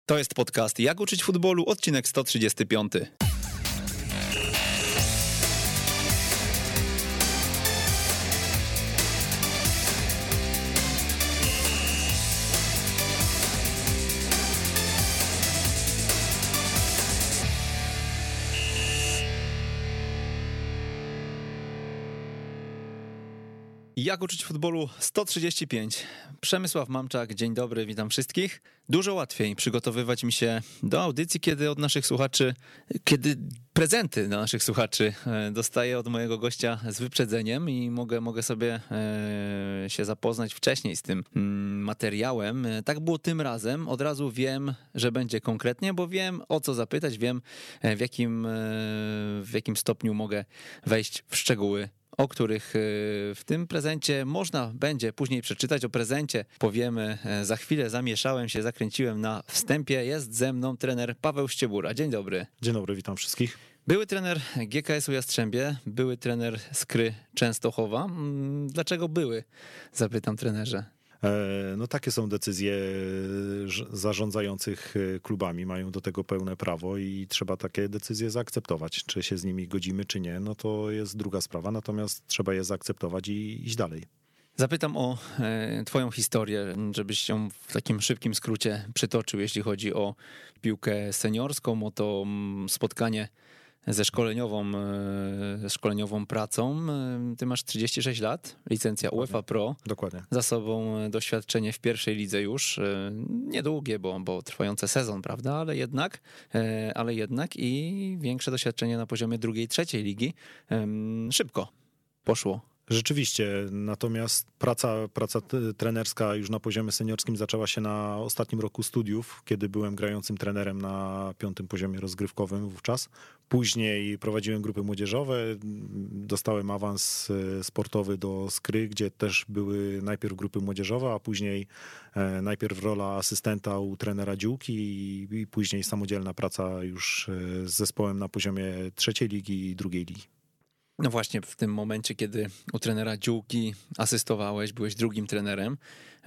To jest podcast Jak uczyć futbolu, odcinek 135. Jak uczyć futbolu 135. Przemysław Mamczak, dzień dobry, witam wszystkich. Dużo łatwiej przygotowywać mi się do audycji, kiedy prezenty dla naszych słuchaczy dostaję od mojego gościa z wyprzedzeniem i mogę sobie się zapoznać wcześniej z tym materiałem. Tak było tym razem, od razu wiem, że będzie konkretnie, bo wiem, o co zapytać, wiem, w jakim stopniu mogę wejść w szczegóły, o których w tym prezencie można będzie później przeczytać. O prezencie powiemy za chwilę. Zamieszałem się, zakręciłem na wstępie. Jest ze mną trener Paweł Ściebura. Dzień dobry. Dzień dobry, witam wszystkich. Były trener GKS-u Jastrzębie, były trener Skry Częstochowa. Dlaczego były? Zapytam trenerze. No takie są decyzje zarządzających klubami, mają do tego pełne prawo i trzeba takie decyzje zaakceptować. Czy się z nimi godzimy, czy nie, no to jest druga sprawa, natomiast trzeba je zaakceptować i iść dalej. Zapytam o twoją historię, żebyś ją w takim szybkim skrócie przytoczył, jeśli chodzi o piłkę seniorską, o to spotkanie ze szkoleniową pracą. Ty masz 36 lat, licencja Dokładnie. UEFA Pro. Dokładnie. Za sobą doświadczenie w pierwszej lidze już. Niedługie, bo trwający sezon, prawda? Ale jednak i większe doświadczenie na poziomie drugiej, trzeciej ligi. Szybko poszło. Rzeczywiście, natomiast praca trenerska już na poziomie seniorskim zaczęła się na ostatnim roku studiów, kiedy byłem grającym trenerem na 5. poziomie rozgrywkowym wówczas. Później prowadziłem grupy młodzieżowe, dostałem awans sportowy do Skry, gdzie też były najpierw grupy młodzieżowe, a później najpierw rola asystenta u trenera Dziółki i później samodzielna praca już z zespołem na poziomie trzeciej ligi i drugiej ligi. No właśnie w tym momencie, kiedy u trenera Dziółki asystowałeś, byłeś drugim trenerem,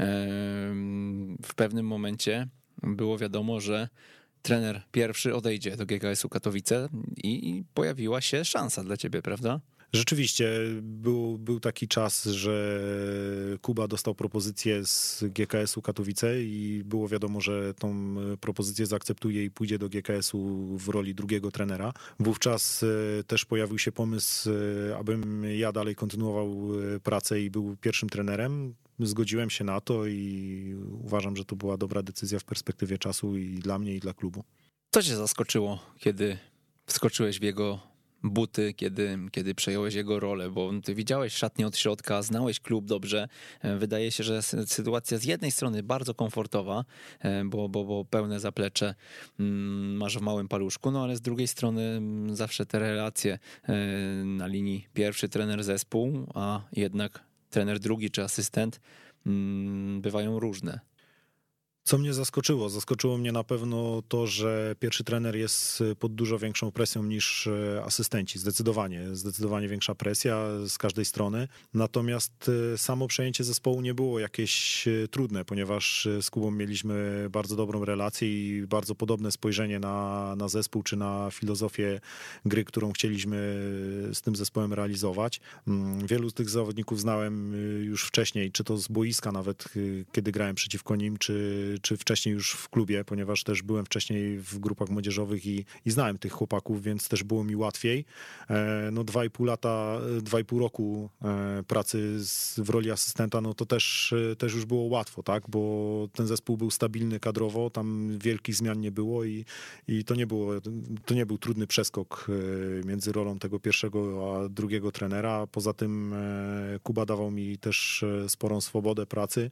w pewnym momencie było wiadomo, że trener pierwszy odejdzie do GKS-u Katowice i pojawiła się szansa dla ciebie, prawda? Rzeczywiście, był taki czas, że Kuba dostał propozycję z GKS-u Katowice i było wiadomo, że tą propozycję zaakceptuje i pójdzie do GKS-u w roli drugiego trenera. Wówczas też pojawił się pomysł, abym ja dalej kontynuował pracę i był pierwszym trenerem. Zgodziłem się na to i uważam, że to była dobra decyzja w perspektywie czasu i dla mnie, i dla klubu. Co cię zaskoczyło, kiedy wskoczyłeś w jego buty, kiedy przejąłeś jego rolę, bo ty widziałeś szatnię od środka, znałeś klub dobrze. Wydaje się, że sytuacja z jednej strony bardzo komfortowa, bo pełne zaplecze masz w małym paluszku, no ale z drugiej strony zawsze te relacje na linii pierwszy trener zespół, a jednak trener drugi czy asystent bywają różne. Co mnie zaskoczyło? Zaskoczyło mnie na pewno to, że pierwszy trener jest pod dużo większą presją niż asystenci. Zdecydowanie większa presja z każdej strony. Natomiast samo przejęcie zespołu nie było jakieś trudne, ponieważ z Kubą mieliśmy bardzo dobrą relację i bardzo podobne spojrzenie na zespół czy na filozofię gry, którą chcieliśmy z tym zespołem realizować. Wielu z tych zawodników znałem już wcześniej, czy to z boiska nawet, kiedy grałem przeciwko nim, czy wcześniej już w klubie, ponieważ też byłem wcześniej w grupach młodzieżowych i znałem tych chłopaków, więc też było mi łatwiej. No 2,5 roku pracy w roli asystenta, no to też już było łatwo, tak, bo ten zespół był stabilny kadrowo, tam wielkich zmian nie było i to nie był trudny przeskok między rolą tego pierwszego a drugiego trenera. Poza tym Kuba dawał mi też sporą swobodę pracy,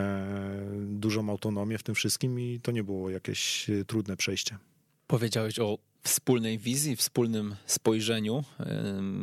dużą autonomię w tym wszystkim i to nie było jakieś trudne przejście. Powiedziałeś o wspólnej wizji, wspólnym spojrzeniu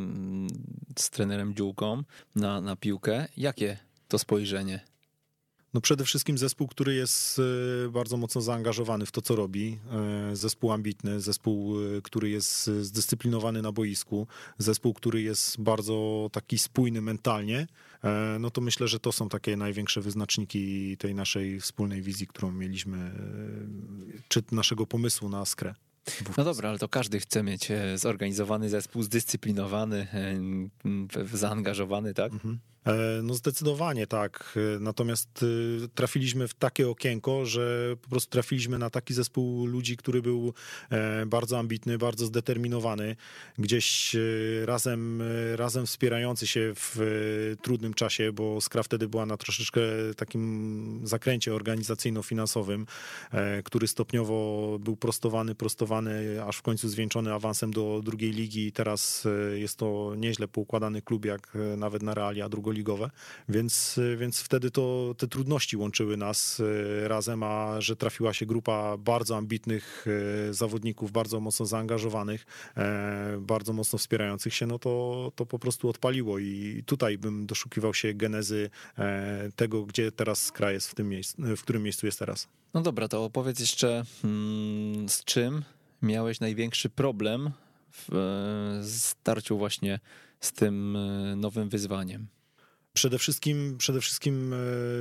z trenerem Dziółką na piłkę. Jakie to spojrzenie? No przede wszystkim zespół, który jest bardzo mocno zaangażowany w to, co robi. Zespół ambitny, zespół, który jest zdyscyplinowany na boisku, zespół, który jest bardzo taki spójny mentalnie. No to myślę, że to są takie największe wyznaczniki tej naszej wspólnej wizji, którą mieliśmy, czy naszego pomysłu na Skrę. No dobra, ale to każdy chce mieć zorganizowany zespół, zdyscyplinowany, zaangażowany, tak? No zdecydowanie tak, natomiast trafiliśmy w takie okienko, że po prostu trafiliśmy na taki zespół ludzi, który był bardzo ambitny, bardzo zdeterminowany, gdzieś razem wspierający się w trudnym czasie, bo Skra wtedy była na troszeczkę takim zakręcie organizacyjno-finansowym, który stopniowo był prostowany, aż w końcu zwieńczony awansem do drugiej ligi i teraz jest to nieźle poukładany klub, jak nawet na realia drugoligowe, więc wtedy to te trudności łączyły nas razem, a że trafiła się grupa bardzo ambitnych zawodników, bardzo mocno zaangażowanych, bardzo mocno wspierających się, no to po prostu odpaliło i tutaj bym doszukiwał się genezy tego, gdzie teraz Skra jest w którym miejscu jest teraz. No dobra, to opowiedz jeszcze, z czym miałeś największy problem w starciu właśnie z tym nowym wyzwaniem? Przede wszystkim,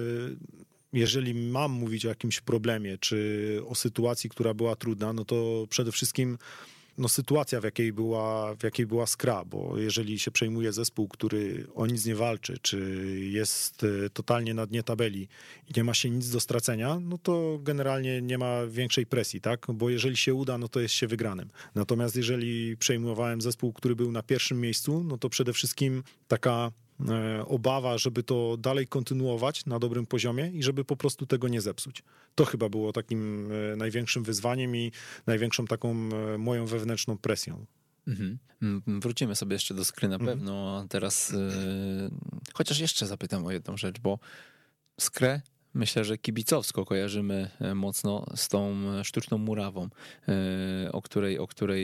jeżeli mam mówić o jakimś problemie, czy o sytuacji, która była trudna, no to przede wszystkim sytuacja, w jakiej była Skra, bo jeżeli się przejmuje zespół, który o nic nie walczy, czy jest totalnie na dnie tabeli i nie ma się nic do stracenia, no to generalnie nie ma większej presji, tak? Bo jeżeli się uda, no to jest się wygranym. Natomiast jeżeli przejmowałem zespół, który był na pierwszym miejscu, no to przede wszystkim taka obawa, żeby to dalej kontynuować na dobrym poziomie i żeby po prostu tego nie zepsuć. To chyba było takim największym wyzwaniem i największą taką moją wewnętrzną presją. Mhm. Wrócimy sobie jeszcze do Skry na pewno, a teraz chociaż jeszcze zapytam o jedną rzecz, bo Skrę myślę, że kibicowsko kojarzymy mocno z tą sztuczną murawą, o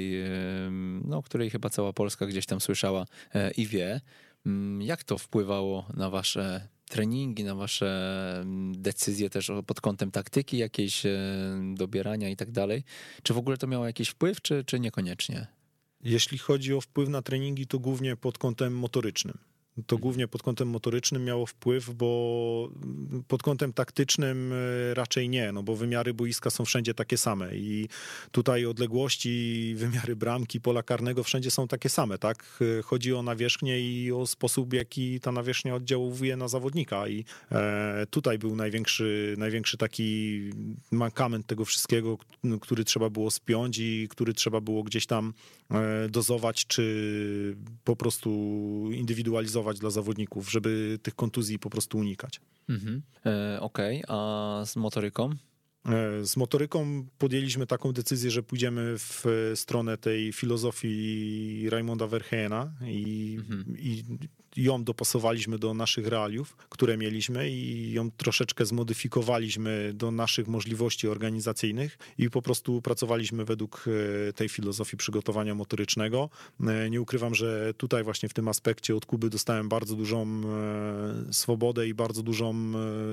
której chyba cała Polska gdzieś tam słyszała i wie. Jak to wpływało na wasze treningi, na wasze decyzje też pod kątem taktyki jakiejś, dobierania i tak dalej? Czy w ogóle to miało jakiś wpływ, czy niekoniecznie? Jeśli chodzi o wpływ na treningi, to głównie pod kątem motorycznym. To głównie pod kątem motorycznym miało wpływ, bo pod kątem taktycznym raczej nie, no bo wymiary boiska są wszędzie takie same i tutaj odległości, wymiary bramki, pola karnego wszędzie są takie same, tak? Chodzi o nawierzchnię i o sposób, jaki ta nawierzchnia oddziałuje na zawodnika i tutaj był największy taki mankament tego wszystkiego, który trzeba było spiąć i który trzeba było gdzieś tam dozować, czy po prostu indywidualizować dla zawodników, żeby tych kontuzji po prostu unikać. Okej, a z motoryką? Z motoryką podjęliśmy taką decyzję, że pójdziemy w stronę tej filozofii Raymonda Verheena i ją dopasowaliśmy do naszych realiów, które mieliśmy i ją troszeczkę zmodyfikowaliśmy do naszych możliwości organizacyjnych i po prostu pracowaliśmy według tej filozofii przygotowania motorycznego. Nie ukrywam, że tutaj właśnie w tym aspekcie od Kuby dostałem bardzo dużą swobodę i bardzo dużą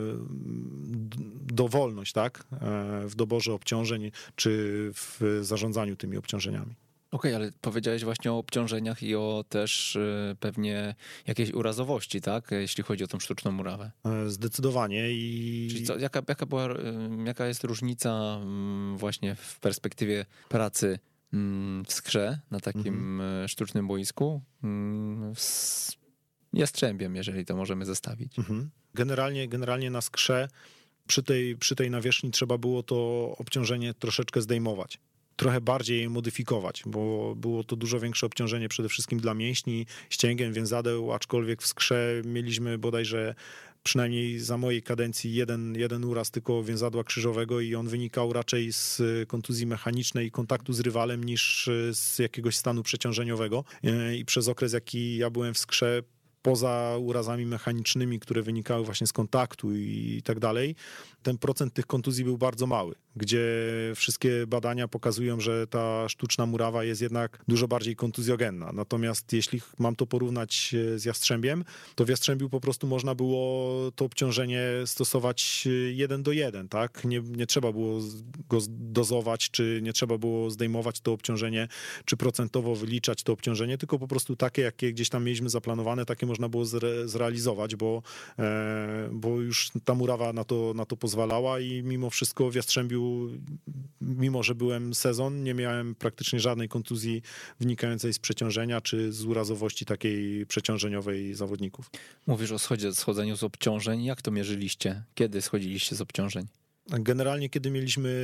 dowolność, tak? W doborze obciążeń czy w zarządzaniu tymi obciążeniami. Okej, ale powiedziałeś właśnie o obciążeniach i o też pewnie jakiejś urazowości, tak? Jeśli chodzi o tą sztuczną murawę. Zdecydowanie. Czyli co, jaka jest różnica właśnie w perspektywie pracy w Skrze na takim sztucznym boisku z Jastrzębiem, jeżeli to możemy zestawić? Generalnie na Skrze przy tej nawierzchni trzeba było to obciążenie troszeczkę zdejmować. Trochę bardziej je modyfikować, bo było to dużo większe obciążenie przede wszystkim dla mięśni, ścięgien, więzadeł, aczkolwiek w Skrze mieliśmy bodajże przynajmniej za mojej kadencji jeden uraz tylko więzadła krzyżowego i on wynikał raczej z kontuzji mechanicznej i kontaktu z rywalem niż z jakiegoś stanu przeciążeniowego. I przez okres, jaki ja byłem w Skrze, poza urazami mechanicznymi, które wynikały właśnie z kontaktu i tak dalej, ten procent tych kontuzji był bardzo mały. gdzie wszystkie badania pokazują, że ta sztuczna murawa jest jednak dużo bardziej kontuzjogenna. Natomiast jeśli mam to porównać z Jastrzębiem, to w Jastrzębiu po prostu można było to obciążenie stosować 1:1, tak? Nie trzeba było go dozować, czy nie trzeba było zdejmować to obciążenie, czy procentowo wyliczać to obciążenie, tylko po prostu takie, jakie gdzieś tam mieliśmy zaplanowane, takie można było zrealizować, bo już ta murawa na to pozwalała i mimo wszystko w Jastrzębiu, mimo że byłem sezon, nie miałem praktycznie żadnej kontuzji wynikającej z przeciążenia czy z urazowości takiej przeciążeniowej zawodników. Mówisz o schodzeniu z obciążeń. Jak to mierzyliście? Kiedy schodziliście z obciążeń? Generalnie, kiedy mieliśmy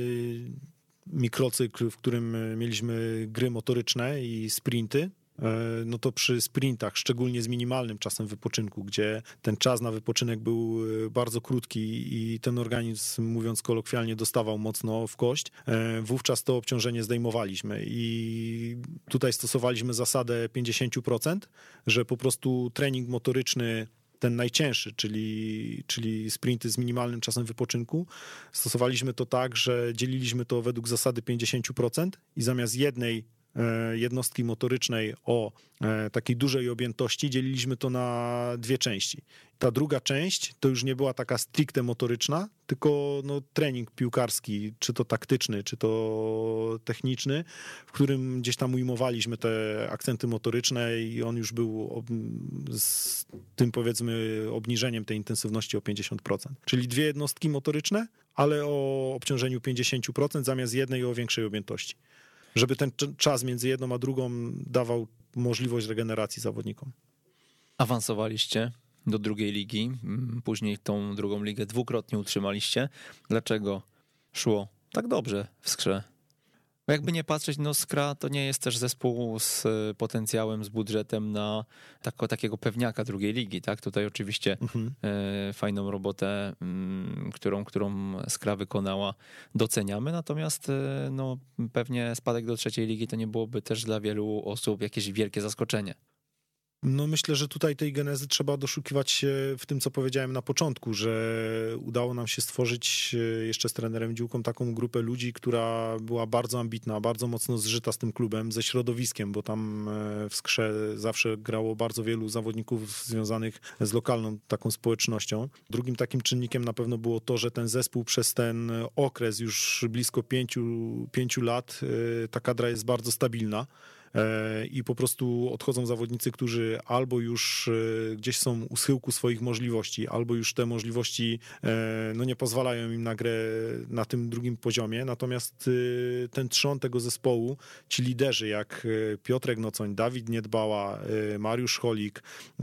mikrocykl, w którym mieliśmy gry motoryczne i sprinty, no to przy sprintach, szczególnie z minimalnym czasem wypoczynku, gdzie ten czas na wypoczynek był bardzo krótki i ten organizm, mówiąc kolokwialnie, dostawał mocno w kość, wówczas to obciążenie zdejmowaliśmy i tutaj stosowaliśmy zasadę 50%, że po prostu trening motoryczny, ten najcięższy, czyli sprinty z minimalnym czasem wypoczynku, stosowaliśmy to tak, że dzieliliśmy to według zasady 50% i zamiast jednej jednostki motorycznej o takiej dużej objętości dzieliliśmy to na dwie części. Ta druga część to już nie była taka stricte motoryczna, tylko trening piłkarski, czy to taktyczny, czy to techniczny, w którym gdzieś tam ujmowaliśmy te akcenty motoryczne i on już był z tym, powiedzmy, obniżeniem tej intensywności o 50%. Czyli dwie jednostki motoryczne, ale o obciążeniu 50% zamiast jednej o większej objętości, żeby ten czas między jedną a drugą dawał możliwość regeneracji zawodnikom. Awansowaliście do drugiej ligi, później tą drugą ligę dwukrotnie utrzymaliście. Dlaczego szło tak dobrze w Skrze? Bo jakby nie patrzeć, Skra to nie jest też zespół z potencjałem, z budżetem na takiego pewniaka drugiej ligi, tak? Tutaj oczywiście fajną robotę, którą Skra wykonała, doceniamy, natomiast pewnie spadek do trzeciej ligi to nie byłoby też dla wielu osób jakieś wielkie zaskoczenie. Myślę, że tutaj tej genezy trzeba doszukiwać się w tym, co powiedziałem na początku, że udało nam się stworzyć jeszcze z trenerem Dziółką taką grupę ludzi, która była bardzo ambitna, bardzo mocno zżyta z tym klubem, ze środowiskiem, bo tam w Skrze zawsze grało bardzo wielu zawodników związanych z lokalną taką społecznością. Drugim takim czynnikiem na pewno było to, że ten zespół przez ten okres już blisko 5 lat, ta kadra jest bardzo stabilna. I po prostu odchodzą zawodnicy, którzy albo już gdzieś są u schyłku swoich możliwości, albo już te możliwości nie pozwalają im na grę na tym drugim poziomie. Natomiast ten trzon tego zespołu, ci liderzy jak Piotrek Nocoń, Dawid Niedbała, Mariusz Cholik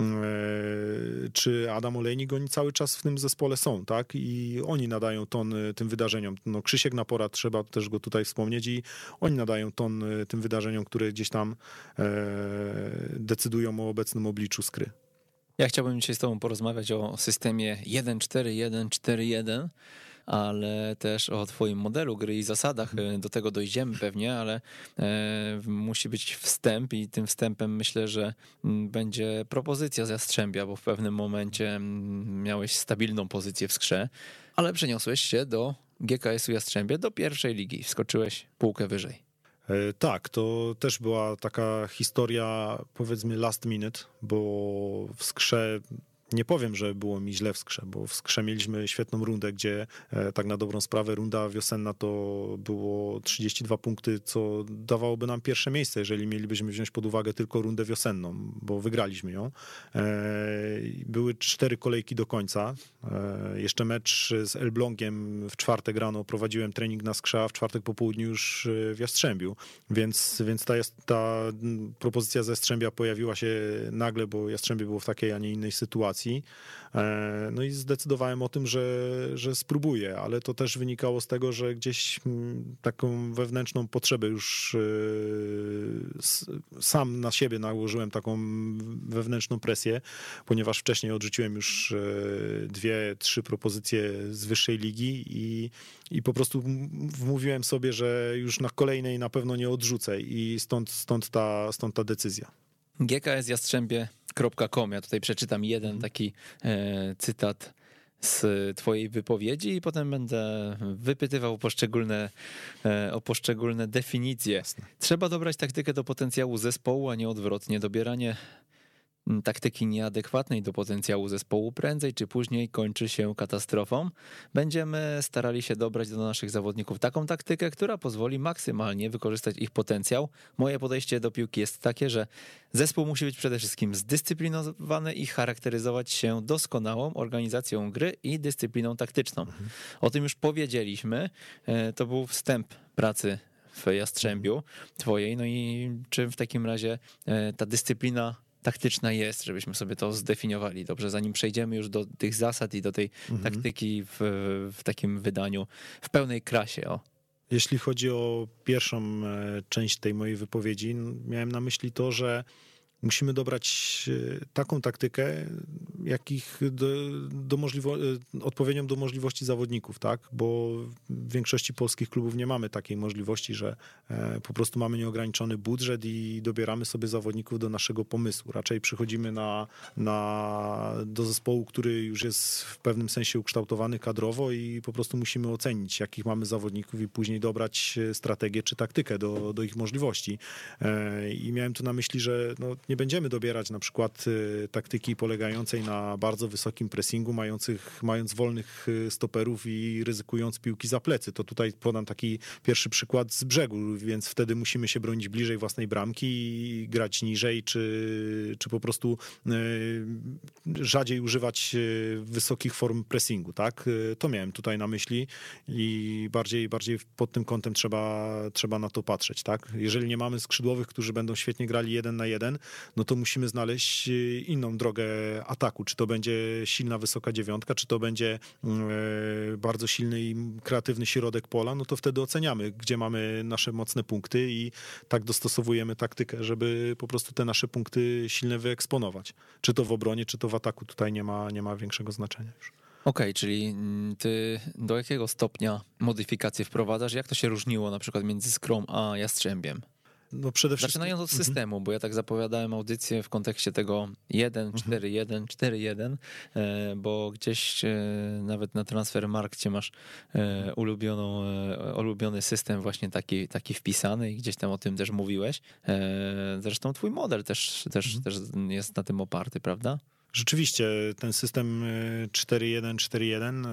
czy Adam Olejnik, oni cały czas w tym zespole są, tak? I oni nadają ton tym wydarzeniom. Krzysiek Napora, trzeba też go tutaj wspomnieć, i oni nadają ton tym wydarzeniom, które gdzieś tam decydują o obecnym obliczu Skry. Ja chciałbym dzisiaj z tobą porozmawiać o systemie 1-4-1-4-1, ale też o twoim modelu gry i zasadach. Do tego dojdziemy pewnie, ale musi być wstęp i tym wstępem myślę, że będzie propozycja z Jastrzębia, bo w pewnym momencie miałeś stabilną pozycję w Skrze, ale przeniosłeś się do GKS-u Jastrzębie, do pierwszej ligi, wskoczyłeś półkę wyżej. Tak, to też była taka historia, powiedzmy, last minute, bo w Skrze, nie powiem, że było mi źle w Skrze, bo w Skrze mieliśmy świetną rundę, gdzie tak na dobrą sprawę runda wiosenna to było 32 punkty, co dawałoby nam pierwsze miejsce, jeżeli mielibyśmy wziąć pod uwagę tylko rundę wiosenną, bo wygraliśmy ją. Były 4 kolejki do końca. Jeszcze mecz z Elblągiem w czwartek rano, prowadziłem trening na Skrze, a w czwartek po południu już w Jastrzębiu, więc ta propozycja z Jastrzębia pojawiła się nagle, bo Jastrzębie było w takiej, a nie innej sytuacji. No i zdecydowałem o tym, że spróbuję, ale to też wynikało z tego, że gdzieś taką wewnętrzną potrzebę już sam na siebie nałożyłem, taką wewnętrzną presję, ponieważ wcześniej odrzuciłem już 2-3 propozycje z wyższej ligi i po prostu wmówiłem sobie, że już na kolejnej na pewno nie odrzucę i stąd ta decyzja. GKS Jastrzębie.com. Ja tutaj przeczytam jeden taki cytat z twojej wypowiedzi i potem będę wypytywał o poszczególne definicje. Jasne. Trzeba dobrać taktykę do potencjału zespołu, a nie odwrotnie. Dobieranie taktyki nieadekwatnej do potencjału zespołu prędzej czy później kończy się katastrofą. Będziemy starali się dobrać do naszych zawodników taką taktykę, która pozwoli maksymalnie wykorzystać ich potencjał. Moje podejście do piłki jest takie, że zespół musi być przede wszystkim zdyscyplinowany i charakteryzować się doskonałą organizacją gry i dyscypliną taktyczną. O tym już powiedzieliśmy. To był wstęp pracy w Jastrzębiu twojej. No i czy w takim razie ta dyscyplina taktyczna jest, żebyśmy sobie to zdefiniowali dobrze, zanim przejdziemy już do tych zasad i do tej taktyki w takim wydaniu, w pełnej krasie. Jeśli chodzi o pierwszą część tej mojej wypowiedzi, miałem na myśli to, że musimy dobrać taką taktykę, jakich odpowiednią do możliwości zawodników, tak? Bo w większości polskich klubów nie mamy takiej możliwości, że po prostu mamy nieograniczony budżet i dobieramy sobie zawodników do naszego pomysłu. Raczej przychodzimy do zespołu, który już jest w pewnym sensie ukształtowany kadrowo i po prostu musimy ocenić, jakich mamy zawodników i później dobrać strategię czy taktykę do ich możliwości. I miałem tu na myśli, że nie będziemy dobierać na przykład taktyki polegającej na bardzo wysokim pressingu, mając wolnych stoperów i ryzykując piłki za plecy. To tutaj podam taki pierwszy przykład z brzegu, więc wtedy musimy się bronić bliżej własnej bramki i grać niżej, czy po prostu rzadziej używać wysokich form pressingu, tak? To miałem tutaj na myśli i bardziej pod tym kątem trzeba na to patrzeć, tak? Jeżeli nie mamy skrzydłowych, którzy będą świetnie grali 1 na 1, no to musimy znaleźć inną drogę ataku. Czy to będzie silna, wysoka dziewiątka, czy to będzie bardzo silny i kreatywny środek pola, no to wtedy oceniamy, gdzie mamy nasze mocne punkty i tak dostosowujemy taktykę, żeby po prostu te nasze punkty silne wyeksponować. Czy to w obronie, czy to w ataku, tutaj nie ma większego znaczenia już. Okej, czyli ty do jakiego stopnia modyfikacje wprowadzasz? Jak to się różniło na przykład między Skrą a Jastrzębiem? No przede wszystkim... Zaczynając od systemu, bo ja tak zapowiadałem audycję w kontekście tego 1-4-1, 4-1, bo gdzieś nawet na Transfermarkcie masz ulubiony system właśnie taki wpisany i gdzieś tam o tym też mówiłeś. Zresztą twój model też jest na tym oparty, prawda? Rzeczywiście ten system 4-1, 4-1,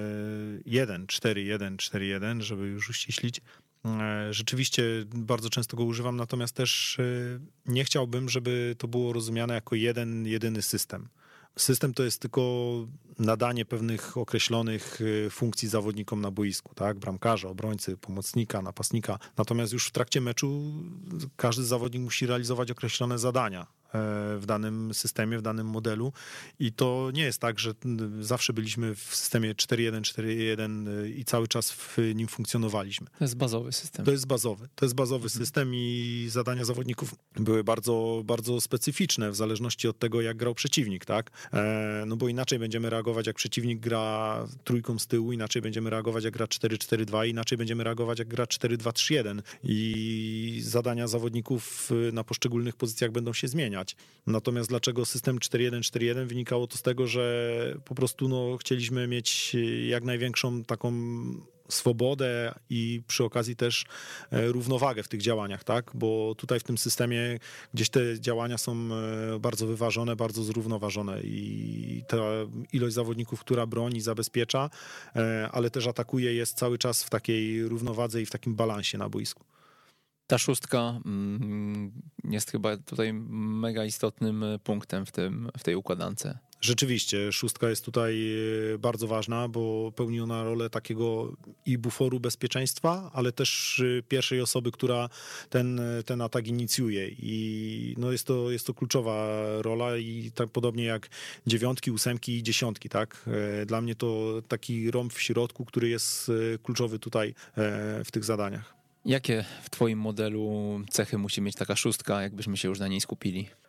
1-4-1, 4-1, żeby już uściślić, rzeczywiście bardzo często go używam, natomiast też nie chciałbym, żeby to było rozumiane jako jedyny system. System to jest tylko nadanie pewnych określonych funkcji zawodnikom na boisku, tak? Bramkarza, obrońcy, pomocnika, napastnika. Natomiast już w trakcie meczu każdy zawodnik musi realizować określone zadania w danym systemie, w danym modelu i to nie jest tak, że zawsze byliśmy w systemie 4-1, 4-1 i cały czas w nim funkcjonowaliśmy. To jest bazowy system. To jest bazowy system i zadania zawodników były bardzo, bardzo specyficzne w zależności od tego, jak grał przeciwnik, tak? No bo inaczej będziemy reagować, jak przeciwnik gra trójką z tyłu, inaczej będziemy reagować, jak gra 4-4-2, inaczej będziemy reagować, jak gra 4-2-3-1 i zadania zawodników na poszczególnych pozycjach będą się zmieniać. Natomiast dlaczego system 4-1, 4-1? Wynikało to z tego, że po prostu chcieliśmy mieć jak największą taką swobodę i przy okazji też równowagę w tych działaniach, tak? Bo tutaj w tym systemie gdzieś te działania są bardzo wyważone, bardzo zrównoważone i ta ilość zawodników, która broni, zabezpiecza, ale też atakuje, jest cały czas w takiej równowadze i w takim balansie na boisku. Ta szóstka jest chyba tutaj mega istotnym punktem w tej układance. Rzeczywiście, szóstka jest tutaj bardzo ważna, bo pełni ona rolę takiego i buforu bezpieczeństwa, ale też pierwszej osoby, która ten atak inicjuje i jest to kluczowa rola i tak podobnie jak 9, 8 i 10, tak? Dla mnie to taki rąb w środku, który jest kluczowy tutaj w tych zadaniach. Jakie w twoim modelu cechy musi mieć taka szóstka, jakbyśmy się już na niej skupili?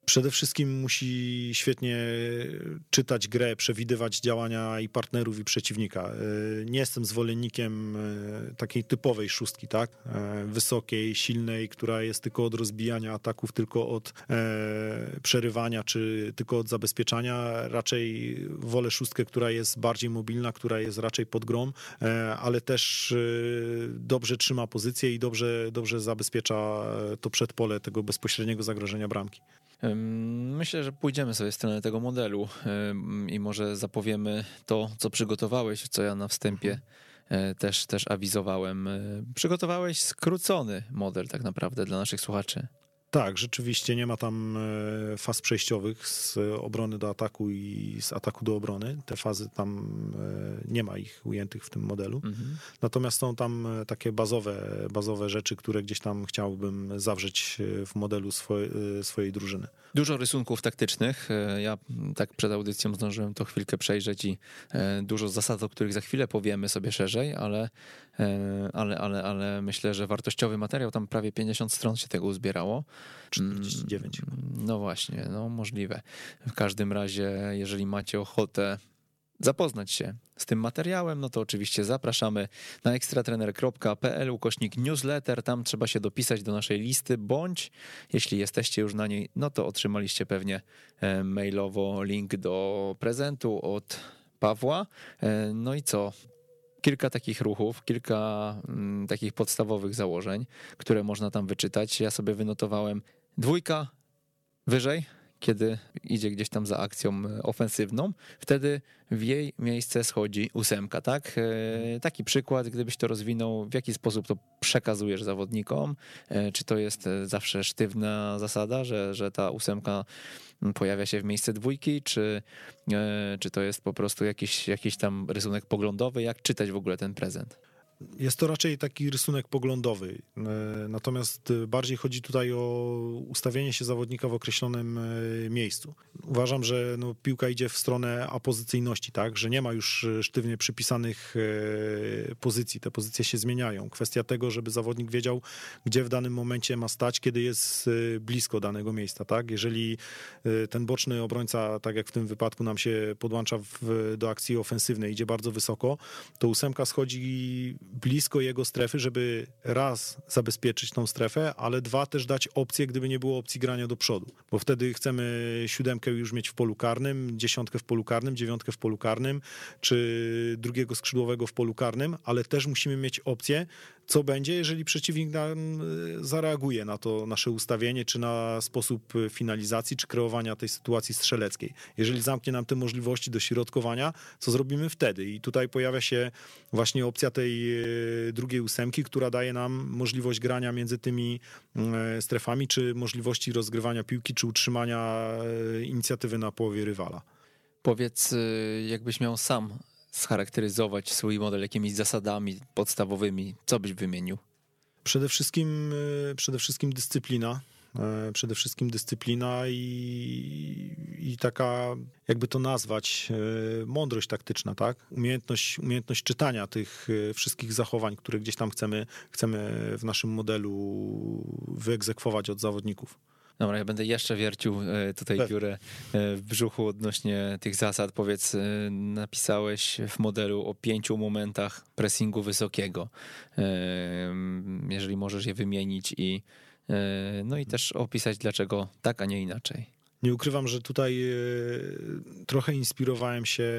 Przede wszystkim musi świetnie czytać grę, przewidywać działania i partnerów, i przeciwnika. Nie jestem zwolennikiem takiej typowej szóstki, tak? Wysokiej, silnej, która jest tylko od rozbijania ataków, tylko od przerywania, czy tylko od zabezpieczania. Raczej wolę szóstkę, która jest bardziej mobilna, która jest raczej pod grą, ale też dobrze trzyma pozycję i dobrze zabezpiecza to przedpole tego bezpośredniego zagrożenia bramki. Myślę, że pójdziemy sobie w stronę tego modelu i może zapowiemy to, co przygotowałeś, co ja na wstępie też awizowałem. Przygotowałeś skrócony model tak naprawdę dla naszych słuchaczy. Tak, rzeczywiście nie ma tam faz przejściowych z obrony do ataku i z ataku do obrony. Te fazy tam nie ma ich ujętych w tym modelu. Natomiast są tam takie bazowe rzeczy, które gdzieś tam chciałbym zawrzeć w modelu swojej drużyny. Dużo rysunków taktycznych. Ja tak przed audycją zdążyłem to chwilkę przejrzeć i dużo zasad, o których za chwilę powiemy sobie szerzej, ale myślę, że wartościowy materiał, tam prawie 50 stron się tego uzbierało. 49. No właśnie, no możliwe. W każdym razie, jeżeli macie ochotę zapoznać się z tym materiałem, no to oczywiście zapraszamy na ekstratrener.pl/newsletter. Tam trzeba się dopisać do naszej listy, bądź jeśli jesteście już na niej, no to otrzymaliście pewnie mailowo link do prezentu od Pawła. No i co? Kilka takich ruchów, kilka takich podstawowych założeń, które można tam wyczytać. Ja sobie wynotowałem 2 wyżej, kiedy idzie gdzieś tam za akcją ofensywną, wtedy w jej miejsce schodzi 8, tak? Taki przykład, gdybyś to rozwinął, w jaki sposób to przekazujesz zawodnikom? Czy to jest zawsze sztywna zasada, że ta 8 pojawia się w miejsce 2, czy to jest po prostu jakiś tam rysunek poglądowy? Jak czytać w ogóle ten prezent? Jest to raczej taki rysunek poglądowy, natomiast bardziej chodzi tutaj o ustawienie się zawodnika w określonym miejscu. Uważam, że piłka idzie w stronę apozycyjności, tak, że nie ma już sztywnie przypisanych pozycji, te pozycje się zmieniają. Kwestia tego, żeby zawodnik wiedział, gdzie w danym momencie ma stać, kiedy jest blisko danego miejsca, tak. Jeżeli ten boczny obrońca, tak jak w tym wypadku nam się podłącza do akcji ofensywnej, idzie bardzo wysoko, to 8 schodzi blisko jego strefy, żeby raz zabezpieczyć tą strefę, ale 2 też dać opcję, gdyby nie było opcji grania do przodu, bo wtedy chcemy 7 już mieć w polu karnym, 10 w polu karnym, 9 w polu karnym, czy drugiego skrzydłowego w polu karnym, ale też musimy mieć opcję, co będzie, jeżeli przeciwnik nam zareaguje na to nasze ustawienie, czy na sposób finalizacji, czy kreowania tej sytuacji strzeleckiej. Jeżeli zamknie nam te możliwości do środkowania, co zrobimy wtedy? I tutaj pojawia się właśnie opcja tej drugiej 8, która daje nam możliwość grania między tymi strefami, czy możliwości rozgrywania piłki, czy utrzymania inicjatywy na połowie rywala. Powiedz, jakbyś miał sam scharakteryzować swój model jakimiś zasadami podstawowymi, co byś wymienił? Przede wszystkim dyscyplina. Przede wszystkim dyscyplina i taka, jakby to nazwać, mądrość taktyczna, tak? Umiejętność czytania tych wszystkich zachowań, które gdzieś tam chcemy w naszym modelu wyegzekwować od zawodników. Dobra, ja będę jeszcze wiercił tutaj piórę w brzuchu odnośnie tych zasad. Powiedz, napisałeś w modelu o 5 momentach pressingu wysokiego. Jeżeli możesz je wymienić i też opisać, dlaczego tak, a nie inaczej. Nie ukrywam, że tutaj trochę inspirowałem się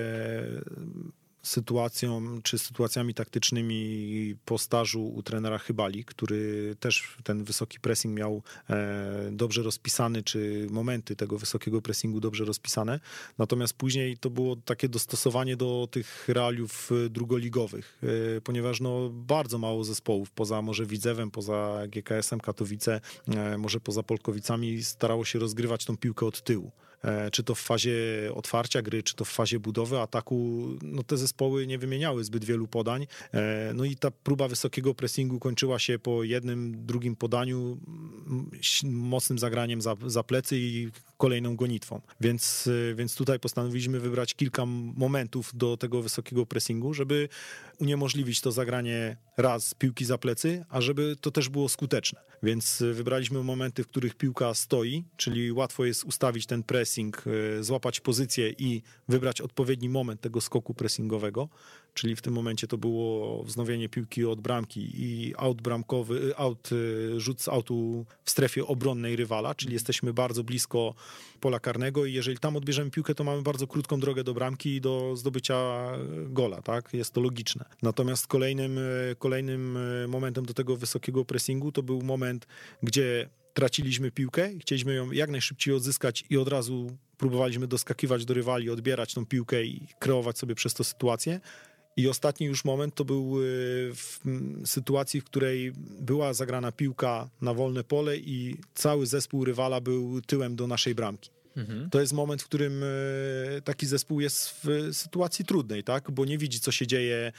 sytuacjami taktycznymi po stażu u trenera Chybali, który też ten wysoki pressing miał dobrze rozpisany, czy momenty tego wysokiego pressingu dobrze rozpisane. Natomiast później to było takie dostosowanie do tych realiów drugoligowych, ponieważ bardzo mało zespołów, poza może Widzewem, poza GKS-em Katowice, może poza Polkowicami, starało się rozgrywać tą piłkę od tyłu. Czy to w fazie otwarcia gry, czy to w fazie budowy ataku, te zespoły nie wymieniały zbyt wielu podań. I ta próba wysokiego pressingu kończyła się po jednym, drugim podaniu, mocnym zagraniem za plecy i kolejną gonitwą. Więc tutaj postanowiliśmy wybrać kilka momentów do tego wysokiego pressingu, żeby uniemożliwić to zagranie raz piłki za plecy, a żeby to też było skuteczne. Więc wybraliśmy momenty, w których piłka stoi, czyli łatwo jest ustawić ten pressing, złapać pozycję i wybrać odpowiedni moment tego skoku pressingowego, czyli w tym momencie to było wznowienie piłki od bramki i rzut z autu w strefie obronnej rywala, czyli jesteśmy bardzo blisko pola karnego i jeżeli tam odbierzemy piłkę, to mamy bardzo krótką drogę do bramki i do zdobycia gola, tak? Jest to logiczne. Natomiast kolejnym momentem do tego wysokiego pressingu to był moment, gdzie traciliśmy piłkę i chcieliśmy ją jak najszybciej odzyskać i od razu próbowaliśmy doskakiwać do rywali, odbierać tą piłkę i kreować sobie przez to sytuację. I ostatni już moment to był w sytuacji, w której była zagrana piłka na wolne pole i cały zespół rywala był tyłem do naszej bramki. To jest moment, w którym taki zespół jest w sytuacji trudnej, tak? Bo nie widzi, co się dzieje,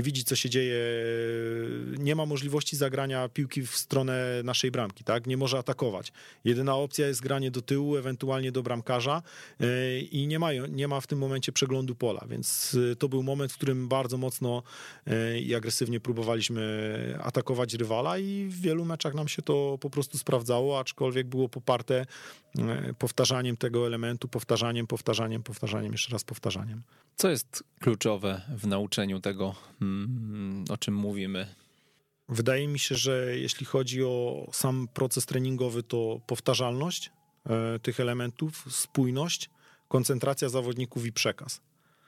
nie ma możliwości zagrania piłki w stronę naszej bramki, tak? Nie może atakować. Jedyna opcja jest granie do tyłu, ewentualnie do bramkarza i nie ma w tym momencie przeglądu pola, więc to był moment, w którym bardzo mocno i agresywnie próbowaliśmy atakować rywala i w wielu meczach nam się to po prostu sprawdzało, aczkolwiek było poparte powtarzaniem tego elementu, powtarzaniem, jeszcze raz powtarzaniem. Co jest kluczowe w nauczeniu tego, o czym mówimy? Wydaje mi się, że jeśli chodzi o sam proces treningowy, to powtarzalność tych elementów, spójność, koncentracja zawodników i przekaz.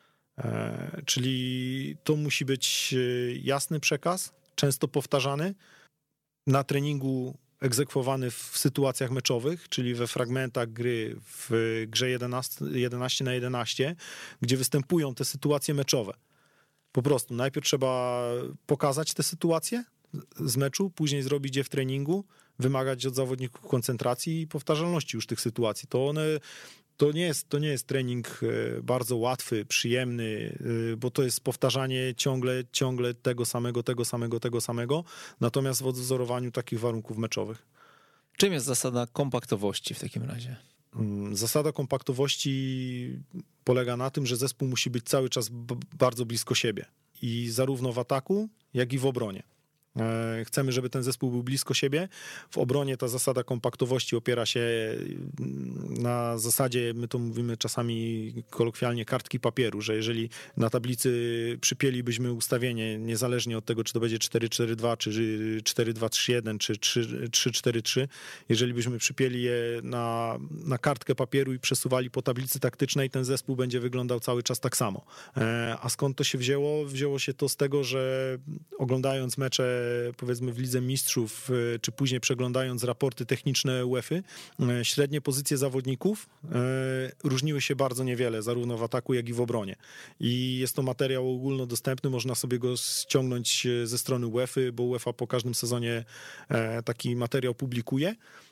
Czyli to musi być jasny przekaz, często powtarzany, na treningu egzekwowany w sytuacjach meczowych, czyli we fragmentach gry w grze 11-11, gdzie występują te sytuacje meczowe. Po prostu najpierw trzeba pokazać te sytuacje z meczu, później zrobić je w treningu, wymagać od zawodników koncentracji i powtarzalności już tych sytuacji. To nie jest trening bardzo łatwy, przyjemny, bo to jest powtarzanie ciągle tego samego, natomiast w odwzorowaniu takich warunków meczowych. Czym jest zasada kompaktowości w takim razie? Zasada kompaktowości polega na tym, że zespół musi być cały czas bardzo blisko siebie i zarówno w ataku, jak i w obronie. Chcemy, żeby ten zespół był blisko siebie. W obronie ta zasada kompaktowości opiera się na zasadzie, my to mówimy czasami kolokwialnie, kartki papieru, że jeżeli na tablicy przypięlibyśmy ustawienie, niezależnie od tego, czy to będzie 4-4-2, czy 4-2-3-1, czy 3-4-3, jeżeli byśmy przypięli je na kartkę papieru i przesuwali po tablicy taktycznej, ten zespół będzie wyglądał cały czas tak samo. A skąd to się wzięło? Wzięło się to z tego, że oglądając mecze powiedzmy w Lidze Mistrzów, czy później przeglądając raporty techniczne UEFA, średnie pozycje zawodników różniły się bardzo niewiele, zarówno w ataku, jak i w obronie. I jest to materiał ogólnodostępny, można sobie go ściągnąć ze strony UEFA, bo UEFA po każdym sezonie taki materiał publikuje.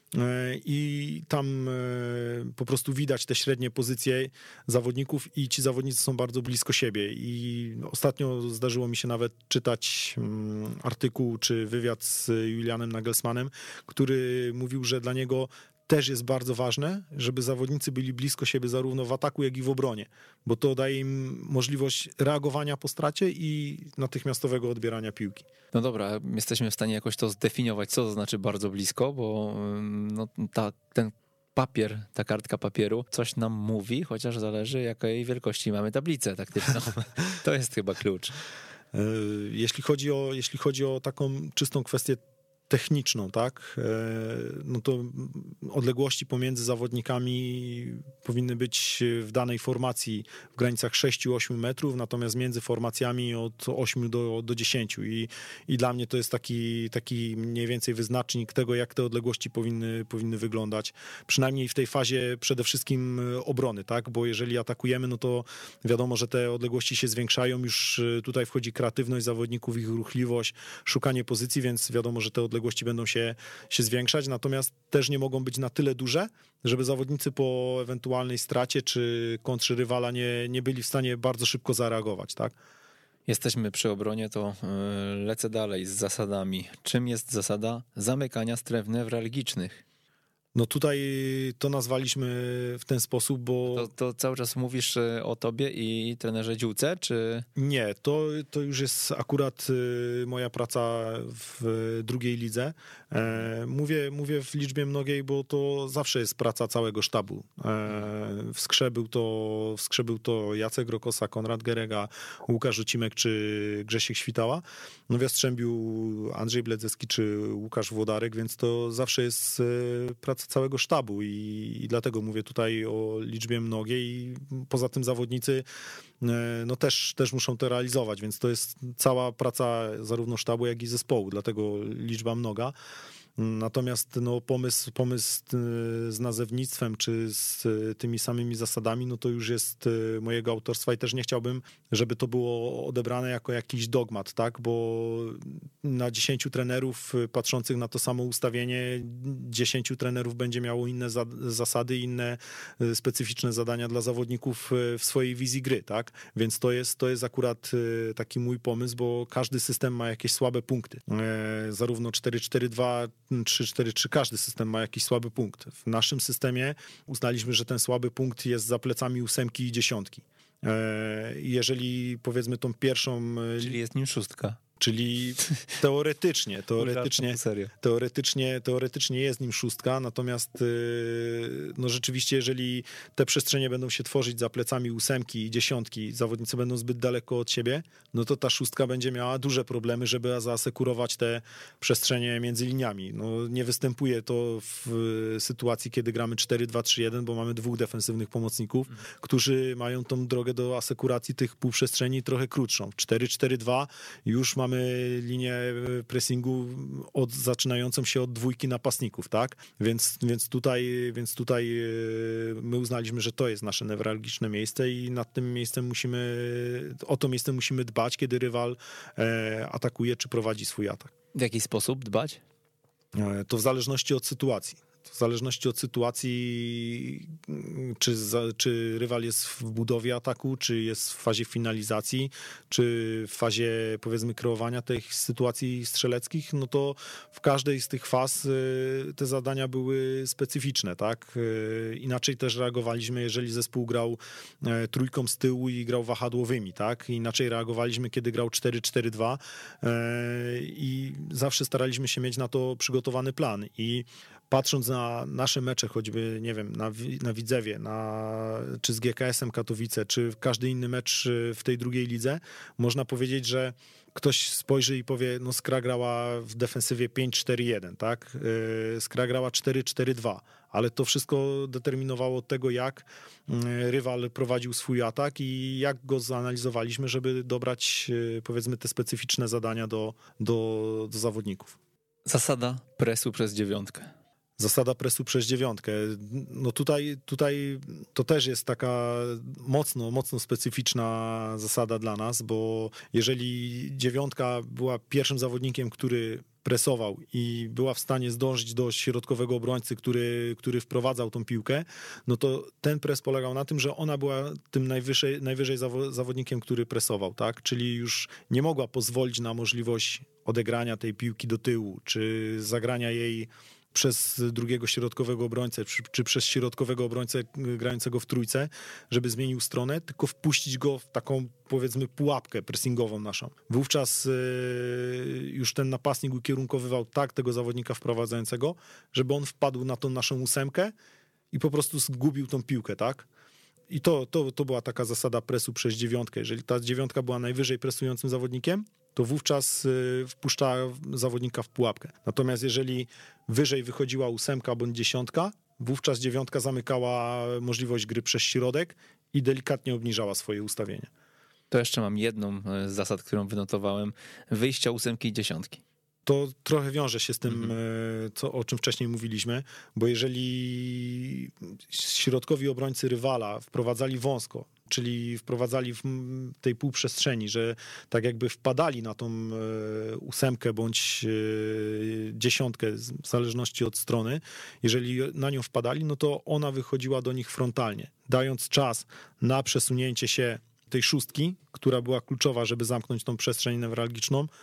I tam po prostu widać te średnie pozycje zawodników i ci zawodnicy są bardzo blisko siebie i ostatnio zdarzyło mi się nawet czytać artykuł czy wywiad z Julianem Nagelsmannem, który mówił, że dla niego też jest bardzo ważne, żeby zawodnicy byli blisko siebie zarówno w ataku, jak i w obronie, bo to daje im możliwość reagowania po stracie i natychmiastowego odbierania piłki. No dobra, jesteśmy w stanie jakoś to zdefiniować, co to znaczy bardzo blisko, bo no, ten papier, ta kartka papieru coś nam mówi, chociaż zależy, jakiej wielkości mamy tablicę taktyczną. To jest chyba klucz. Jeśli chodzi o taką czystą kwestię techniczną, tak, no to odległości pomiędzy zawodnikami powinny być w danej formacji w granicach 6-8 metrów, natomiast między formacjami od 8 do 10 i dla mnie to jest taki mniej więcej wyznacznik tego, jak te odległości powinny wyglądać, przynajmniej w tej fazie przede wszystkim obrony, tak, bo jeżeli atakujemy, no to wiadomo, że te odległości się zwiększają, już tutaj wchodzi kreatywność zawodników, ich ruchliwość, szukanie pozycji, więc wiadomo, że te odległości będą się zwiększać, natomiast też nie mogą być na tyle duże, żeby zawodnicy po ewentualnej stracie czy kontrze rywala nie byli w stanie bardzo szybko zareagować, tak? Jesteśmy przy obronie, to lecę dalej z zasadami. Czym jest zasada zamykania stref newralgicznych? No tutaj to nazwaliśmy w ten sposób, bo... To cały czas mówisz o tobie i trenerze Dziółce, czy... Nie, to już jest akurat moja praca w drugiej lidze. Mówię w liczbie mnogiej, bo to zawsze jest praca całego sztabu. W Skrze był to Jacek Rokosa, Konrad Gerega, Łukasz Rzucimek czy Grzesiek Świtała. No w Jastrzębiu Andrzej Bledzeski czy Łukasz Włodarek, więc to zawsze jest praca całego sztabu i dlatego mówię tutaj o liczbie mnogiej i poza tym zawodnicy no też muszą to realizować, więc to jest cała praca zarówno sztabu, jak i zespołu, dlatego liczba mnoga. Natomiast no, pomysł z nazewnictwem czy z tymi samymi zasadami, no to już jest mojego autorstwa i też nie chciałbym, żeby to było odebrane jako jakiś dogmat, tak? Bo na 10 trenerów patrzących na to samo ustawienie, 10 trenerów będzie miało inne zasady, inne specyficzne zadania dla zawodników w swojej wizji gry, tak? Więc to jest akurat taki mój pomysł, bo każdy system ma jakieś słabe punkty. Zarówno 4-4-2, 3-4-3, każdy system ma jakiś słaby punkt. W naszym systemie uznaliśmy, że ten słaby punkt jest za plecami 8 i 10. Jeżeli powiedzmy tą pierwszą... Czyli jest nim 6. Czyli teoretycznie jest nim 6, natomiast no rzeczywiście, jeżeli te przestrzenie będą się tworzyć za plecami 8 i 10, zawodnicy będą zbyt daleko od siebie, no to ta 6 będzie miała duże problemy, żeby zaasekurować te przestrzenie między liniami. No nie występuje to w sytuacji, kiedy gramy 4-2-3-1, bo mamy 2 defensywnych pomocników, którzy mają tą drogę do asekuracji tych półprzestrzeni trochę krótszą. W 4-4-2 już mamy linię pressingu zaczynającą się od 2 napastników, tak? Więc tutaj my uznaliśmy, że to jest nasze newralgiczne miejsce i o to miejsce musimy dbać, kiedy rywal atakuje czy prowadzi swój atak. W jaki sposób dbać? To w zależności od sytuacji. W zależności od sytuacji, czy rywal jest w budowie ataku, czy jest w fazie finalizacji, czy w fazie, powiedzmy, kreowania tych sytuacji strzeleckich, no to w każdej z tych faz te zadania były specyficzne, tak? Inaczej też reagowaliśmy, jeżeli zespół grał trójką z tyłu i grał wahadłowymi, tak? Inaczej reagowaliśmy, kiedy grał 4-4-2 i zawsze staraliśmy się mieć na to przygotowany plan i patrząc na nasze mecze, choćby, nie wiem, na Widzewie, czy z GKS-em Katowice, czy każdy inny mecz w tej drugiej lidze, można powiedzieć, że ktoś spojrzy i powie, no Skra grała w defensywie 5-4-1, tak? Skra grała 4-4-2, ale to wszystko determinowało od tego, jak rywal prowadził swój atak i jak go zanalizowaliśmy, żeby dobrać, powiedzmy, te specyficzne zadania do zawodników. Zasada presu przez 9. Zasada presu przez 9. No tutaj to też jest taka mocno specyficzna zasada dla nas, bo jeżeli 9 była pierwszym zawodnikiem, który presował i była w stanie zdążyć do środkowego obrońcy, który wprowadzał tą piłkę, no to ten pres polegał na tym, że ona była tym najwyżej zawodnikiem, który presował, tak? Czyli już nie mogła pozwolić na możliwość odegrania tej piłki do tyłu, czy zagrania jej przez drugiego środkowego obrońcę, czy przez środkowego obrońcę grającego w trójce, żeby zmienił stronę, tylko wpuścić go w taką, powiedzmy, pułapkę pressingową naszą. Wówczas już ten napastnik ukierunkowywał tak tego zawodnika wprowadzającego, żeby on wpadł na tą naszą 8 i po prostu zgubił tą piłkę, tak? I to była taka zasada presu przez 9. Jeżeli ta 9 była najwyżej presującym zawodnikiem, to wówczas wpuszcza zawodnika w pułapkę. Natomiast jeżeli wyżej wychodziła 8 bądź 10, wówczas 9 zamykała możliwość gry przez środek i delikatnie obniżała swoje ustawienie. To jeszcze mam jedną z zasad, którą wynotowałem. Wyjścia 8 i 10. To trochę wiąże się z tym, o czym wcześniej mówiliśmy, bo jeżeli środkowi obrońcy rywala wprowadzali wąsko, czyli wprowadzali w tej półprzestrzeni, że tak jakby wpadali na tą 8 bądź 10, w zależności od strony, jeżeli na nią wpadali, no to ona wychodziła do nich frontalnie, dając czas na przesunięcie się tej 6, która była kluczowa, żeby zamknąć tą przestrzeń newralgiczną,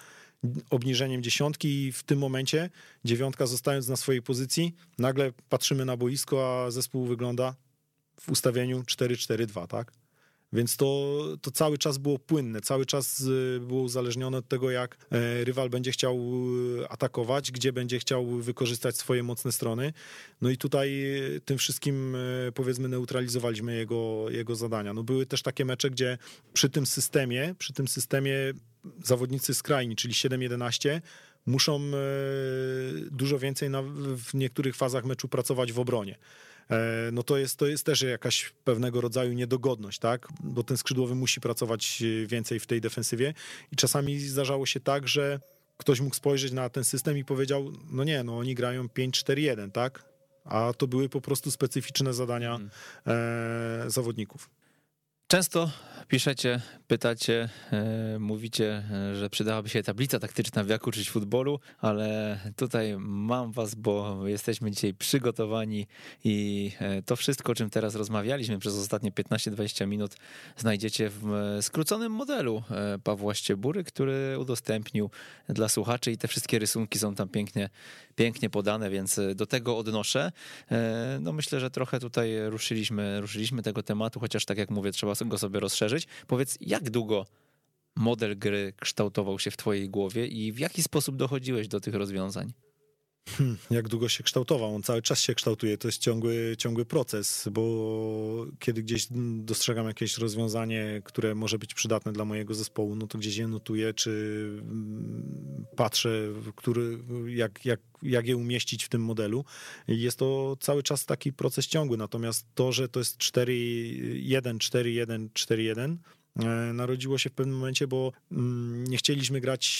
obniżeniem dziesiątki i w tym momencie dziewiątka zostając na swojej pozycji, nagle patrzymy na boisko, a zespół wygląda w ustawieniu 4-4-2, tak? Więc to cały czas było płynne, cały czas było uzależnione od tego, jak rywal będzie chciał atakować, gdzie będzie chciał wykorzystać swoje mocne strony. No i tutaj tym wszystkim, powiedzmy, neutralizowaliśmy jego zadania. No były też takie mecze, gdzie przy tym systemie zawodnicy skrajni, czyli 7-11, muszą dużo więcej w niektórych fazach meczu pracować w obronie. No to jest też jakaś pewnego rodzaju niedogodność, tak? Bo ten skrzydłowy musi pracować więcej w tej defensywie i czasami zdarzało się tak, że ktoś mógł spojrzeć na ten system i powiedział, no nie, no oni grają 5-4-1, tak? A to były po prostu specyficzne zadania zawodników. Często piszecie, pytacie, mówicie, że przydałaby się tablica taktyczna, jak uczyć futbolu, ale tutaj mam was, bo jesteśmy dzisiaj przygotowani i to wszystko, o czym teraz rozmawialiśmy przez ostatnie 15-20 minut, znajdziecie w skróconym modelu Pawła Ściebury, który udostępnił dla słuchaczy i te wszystkie rysunki są tam pięknie podane, więc do tego odnoszę. No myślę, że trochę tutaj ruszyliśmy tego tematu, chociaż tak jak mówię, trzeba go sobie rozszerzyć. Powiedz, jak długo model gry kształtował się w twojej głowie i w jaki sposób dochodziłeś do tych rozwiązań? Jak długo się kształtował? On cały czas się kształtuje, to jest ciągły proces, bo kiedy gdzieś dostrzegam jakieś rozwiązanie, które może być przydatne dla mojego zespołu, no to gdzieś je notuję, czy patrzę, jak je umieścić w tym modelu. Jest to cały czas taki proces ciągły, natomiast to, że to jest 4-1, 4-1, 4-1, narodziło się w pewnym momencie, bo nie chcieliśmy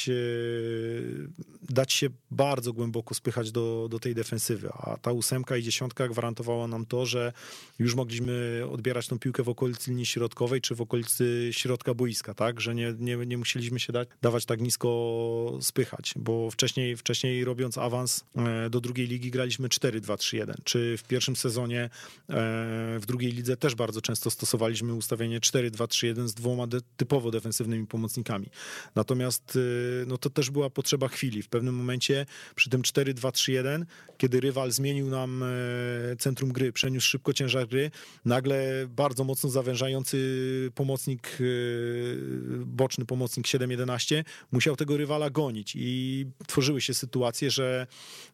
dać się bardzo głęboko spychać do tej defensywy, a ta 8 i 10 gwarantowała nam to, że już mogliśmy odbierać tą piłkę w okolicy linii środkowej, czy w okolicy środka boiska, tak, że nie musieliśmy się dawać tak nisko spychać, bo wcześniej robiąc awans do drugiej ligi graliśmy 4-2-3-1, czy w pierwszym sezonie w drugiej lidze też bardzo często stosowaliśmy ustawienie 4-2-3-1 z dwoma typowo defensywnymi pomocnikami. Natomiast no to też była potrzeba chwili. W pewnym momencie przy tym 4-2-3-1, kiedy rywal zmienił nam centrum gry, przeniósł szybko ciężar gry, nagle bardzo mocno zawężający pomocnik, boczny pomocnik 7-11 musiał tego rywala gonić i tworzyły się sytuacje, że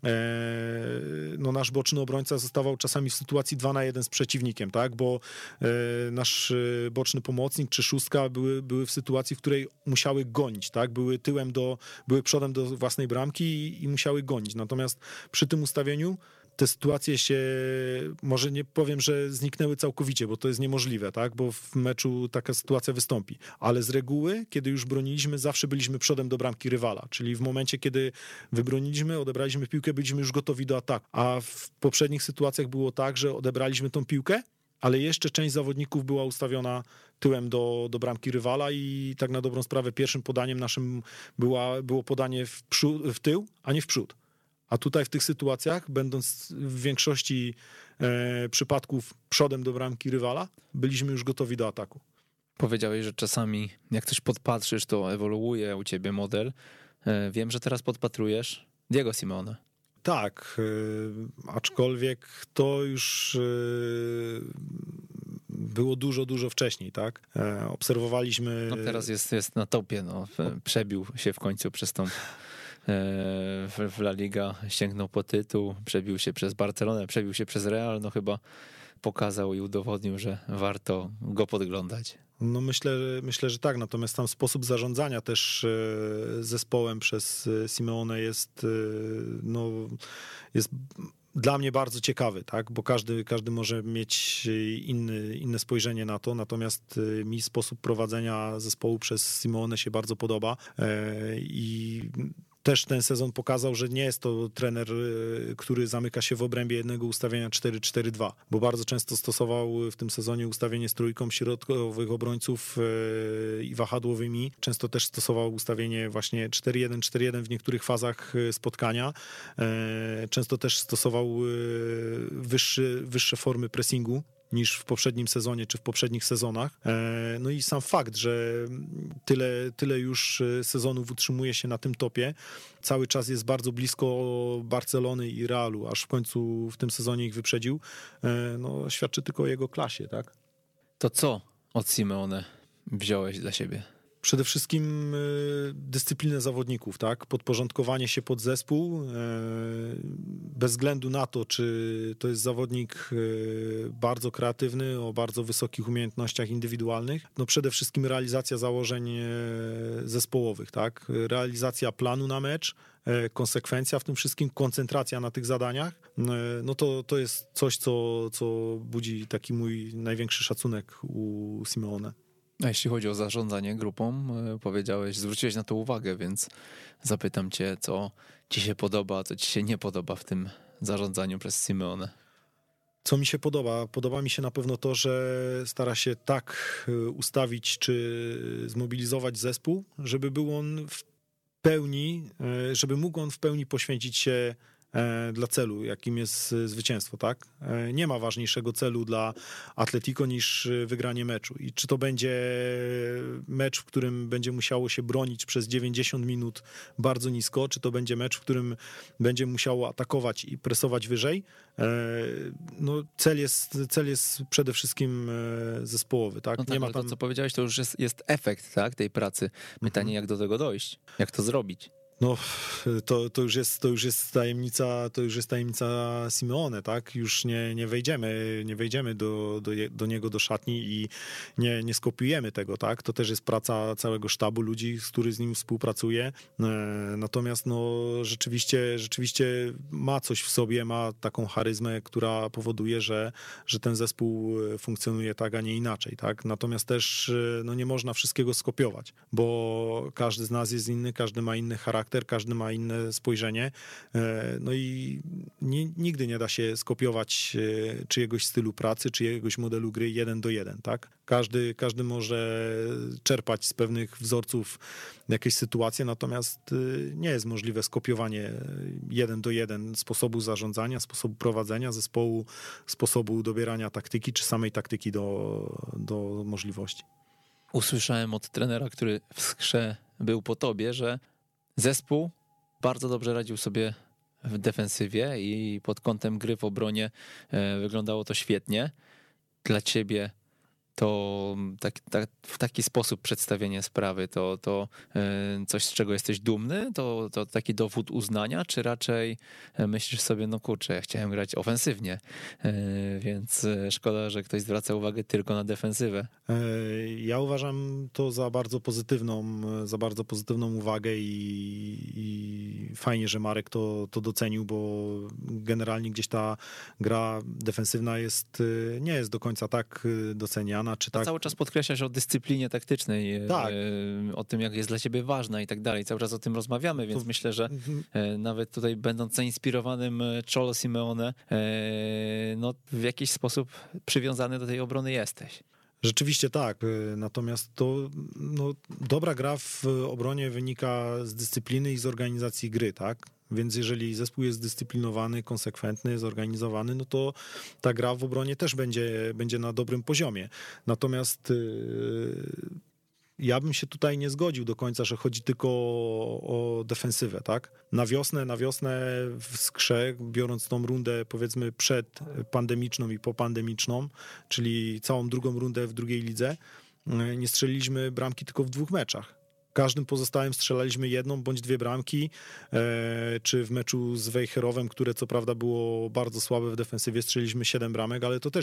no nasz boczny obrońca zostawał czasami w sytuacji 2-1 z przeciwnikiem, tak, bo nasz boczny pomocnik czy szóstka były w sytuacji, w której musiały gonić, tak? Były przodem do własnej bramki i musiały gonić. Natomiast przy tym ustawieniu te sytuacje się, może nie powiem, że zniknęły całkowicie, bo to jest niemożliwe, tak? Bo w meczu taka sytuacja wystąpi. Ale z reguły, kiedy już broniliśmy, zawsze byliśmy przodem do bramki rywala. Czyli w momencie, kiedy wybroniliśmy, odebraliśmy piłkę, byliśmy już gotowi do ataku. A w poprzednich sytuacjach było tak, że odebraliśmy tą piłkę, ale jeszcze część zawodników była ustawiona tyłem do bramki rywala i tak na dobrą sprawę pierwszym podaniem naszym było podanie w tył, a nie w przód. A tutaj w tych sytuacjach, będąc w większości przypadków przodem do bramki rywala, byliśmy już gotowi do ataku. Powiedziałeś, że czasami jak coś podpatrzysz, to ewoluuje u ciebie model. Wiem, że teraz podpatrujesz Diego Simeone. Tak, aczkolwiek to już było dużo wcześniej, tak? Obserwowaliśmy... No teraz jest na topie, no. Przebił się w końcu przez tą w La Liga, sięgnął po tytuł, przebił się przez Barcelonę, przebił się przez Real, no chyba pokazał i udowodnił, że warto go podglądać. No myślę, że tak, natomiast tam sposób zarządzania też zespołem przez Simeone jest dla mnie bardzo ciekawy, tak? Bo każdy może mieć inne spojrzenie na to, natomiast mi sposób prowadzenia zespołu przez Simeone się bardzo podoba i też ten sezon pokazał, że nie jest to trener, który zamyka się w obrębie jednego ustawienia 4-4-2, bo bardzo często stosował w tym sezonie ustawienie z trójką środkowych obrońców i wahadłowymi. Często też stosował ustawienie właśnie 4-1-4-1 w niektórych fazach spotkania. Często też stosował wyższe formy pressingu, niż w poprzednim sezonie czy w poprzednich sezonach. No i sam fakt, że tyle już sezonów utrzymuje się na tym topie, cały czas jest bardzo blisko Barcelony i Realu, aż w końcu w tym sezonie ich wyprzedził, no świadczy tylko o jego klasie, tak? To co od Simeone wziąłeś dla siebie? Przede wszystkim dyscyplinę zawodników, tak? Podporządkowanie się pod zespół, bez względu na to, czy to jest zawodnik bardzo kreatywny, o bardzo wysokich umiejętnościach indywidualnych. No przede wszystkim realizacja założeń zespołowych, tak? Realizacja planu na mecz, konsekwencja w tym wszystkim, koncentracja na tych zadaniach, no to jest coś, co budzi taki mój największy szacunek u Simeone. A jeśli chodzi o zarządzanie grupą, zwróciłeś na to uwagę, więc zapytam cię, co ci się podoba, a co ci się nie podoba w tym zarządzaniu przez Simeone. Co mi się podoba? Podoba mi się na pewno to, że stara się tak ustawić czy zmobilizować zespół, żeby był on w pełni, żeby mógł on w pełni poświęcić się dla celu, jakim jest zwycięstwo, tak? Nie ma ważniejszego celu dla Atletico niż wygranie meczu. I czy to będzie mecz, w którym będzie musiało się bronić przez 90 minut bardzo nisko, czy to będzie mecz, w którym będzie musiało atakować i presować wyżej, no cel jest przede wszystkim zespołowy, tak? No tak, nie ma ale tam... to, co powiedziałeś, to już jest efekt, tak, tej pracy. Pytanie, jak do tego dojść? Jak to zrobić? No, to już jest tajemnica Simeone, tak? Już nie wejdziemy do niego do szatni i nie skopiujemy tego, tak? To też jest praca całego sztabu ludzi, który z nim współpracuje. Natomiast no rzeczywiście ma coś w sobie, ma taką charyzmę, która powoduje, że ten zespół funkcjonuje tak, a nie inaczej, tak? Natomiast też no nie można wszystkiego skopiować, bo każdy z nas jest inny, każdy ma inny charakter, każdy ma inne spojrzenie, no i nigdy nie da się skopiować czyjegoś stylu pracy, czyjegoś modelu gry 1:1, tak? Każdy może czerpać z pewnych wzorców jakieś sytuacje, natomiast nie jest możliwe skopiowanie 1:1 sposobu zarządzania, sposobu prowadzenia zespołu, sposobu dobierania taktyki, czy samej taktyki do możliwości. Usłyszałem od trenera, który w Skrze był po tobie, że zespół bardzo dobrze radził sobie w defensywie i pod kątem gry w obronie wyglądało to świetnie. Dla ciebie to w taki sposób przedstawienie sprawy to coś, z czego jesteś dumny? To taki dowód uznania? Czy raczej myślisz sobie, no kurczę, ja chciałem grać ofensywnie, więc szkoda, że ktoś zwraca uwagę tylko na defensywę? Ja uważam to za bardzo pozytywną uwagę i fajnie, że Marek to docenił, bo generalnie gdzieś ta gra defensywna nie jest do końca tak doceniana. Czy tak... Cały czas podkreślasz o dyscyplinie taktycznej, tak. O tym, jak jest dla ciebie ważna i tak dalej. Cały czas o tym rozmawiamy, więc myślę, że nawet tutaj będąc zainspirowanym Cholo Simeone, no w jakiś sposób przywiązany do tej obrony jesteś. Rzeczywiście tak, natomiast dobra gra w obronie wynika z dyscypliny i z organizacji gry, tak? Więc jeżeli zespół jest zdyscyplinowany, konsekwentny, zorganizowany, no to ta gra w obronie też będzie na dobrym poziomie. Natomiast ja bym się tutaj nie zgodził do końca, że chodzi tylko o defensywę, tak? Na wiosnę w Skrze, biorąc tą rundę powiedzmy przedpandemiczną i popandemiczną, czyli całą drugą rundę w drugiej lidze, nie strzeliliśmy bramki tylko w 2 meczach. Każdym pozostałym strzelaliśmy 1 bądź 2 bramki, czy w meczu z Wejherowem, które co prawda było bardzo słabe w defensywie, strzeliliśmy 7 bramek, ale to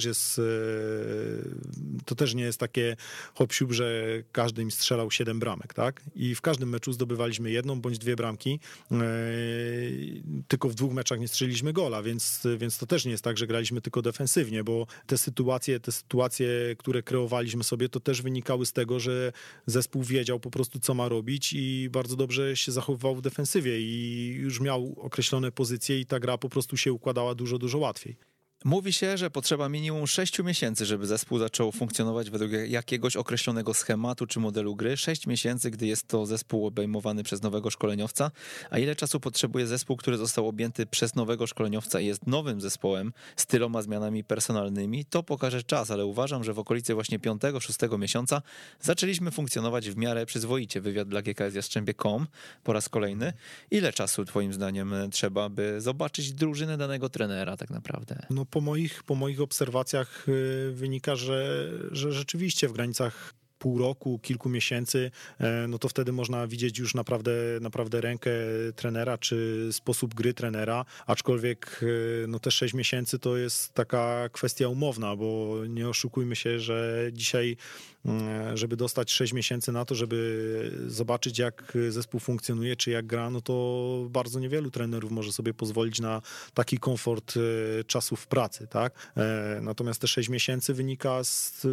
też nie jest takie hop-siup, że każdy im strzelał 7 bramek, tak? I w każdym meczu zdobywaliśmy 1 bądź 2 bramki, tylko w 2 meczach nie strzeliliśmy gola, więc to też nie jest tak, że graliśmy tylko defensywnie, bo te sytuacje, które kreowaliśmy sobie, to też wynikały z tego, że zespół wiedział po prostu, co ma robić i bardzo dobrze się zachowywał w defensywie i już miał określone pozycje i ta gra po prostu się układała dużo, dużo łatwiej. Mówi się, że potrzeba minimum 6 miesięcy, żeby zespół zaczął funkcjonować według jakiegoś określonego schematu czy modelu gry. 6 miesięcy, gdy jest to zespół obejmowany przez nowego szkoleniowca. A ile czasu potrzebuje zespół, który został objęty przez nowego szkoleniowca i jest nowym zespołem z tyloma zmianami personalnymi? To pokaże czas, ale uważam, że w okolicy właśnie 5-6 miesiąca zaczęliśmy funkcjonować w miarę przyzwoicie. Wywiad dla GKS-Jastrzębie.com po raz kolejny. Ile czasu twoim zdaniem trzeba, by zobaczyć drużynę danego trenera tak naprawdę? No po moich obserwacjach wynika, że rzeczywiście w granicach pół roku, kilku miesięcy, no to wtedy można widzieć już naprawdę rękę trenera, czy sposób gry trenera, aczkolwiek no te 6 miesięcy to jest taka kwestia umowna, bo nie oszukujmy się, że dzisiaj, żeby dostać 6 miesięcy na to, żeby zobaczyć, jak zespół funkcjonuje, czy jak gra, no to bardzo niewielu trenerów może sobie pozwolić na taki komfort czasu w pracy, tak? Natomiast te 6 miesięcy wynika z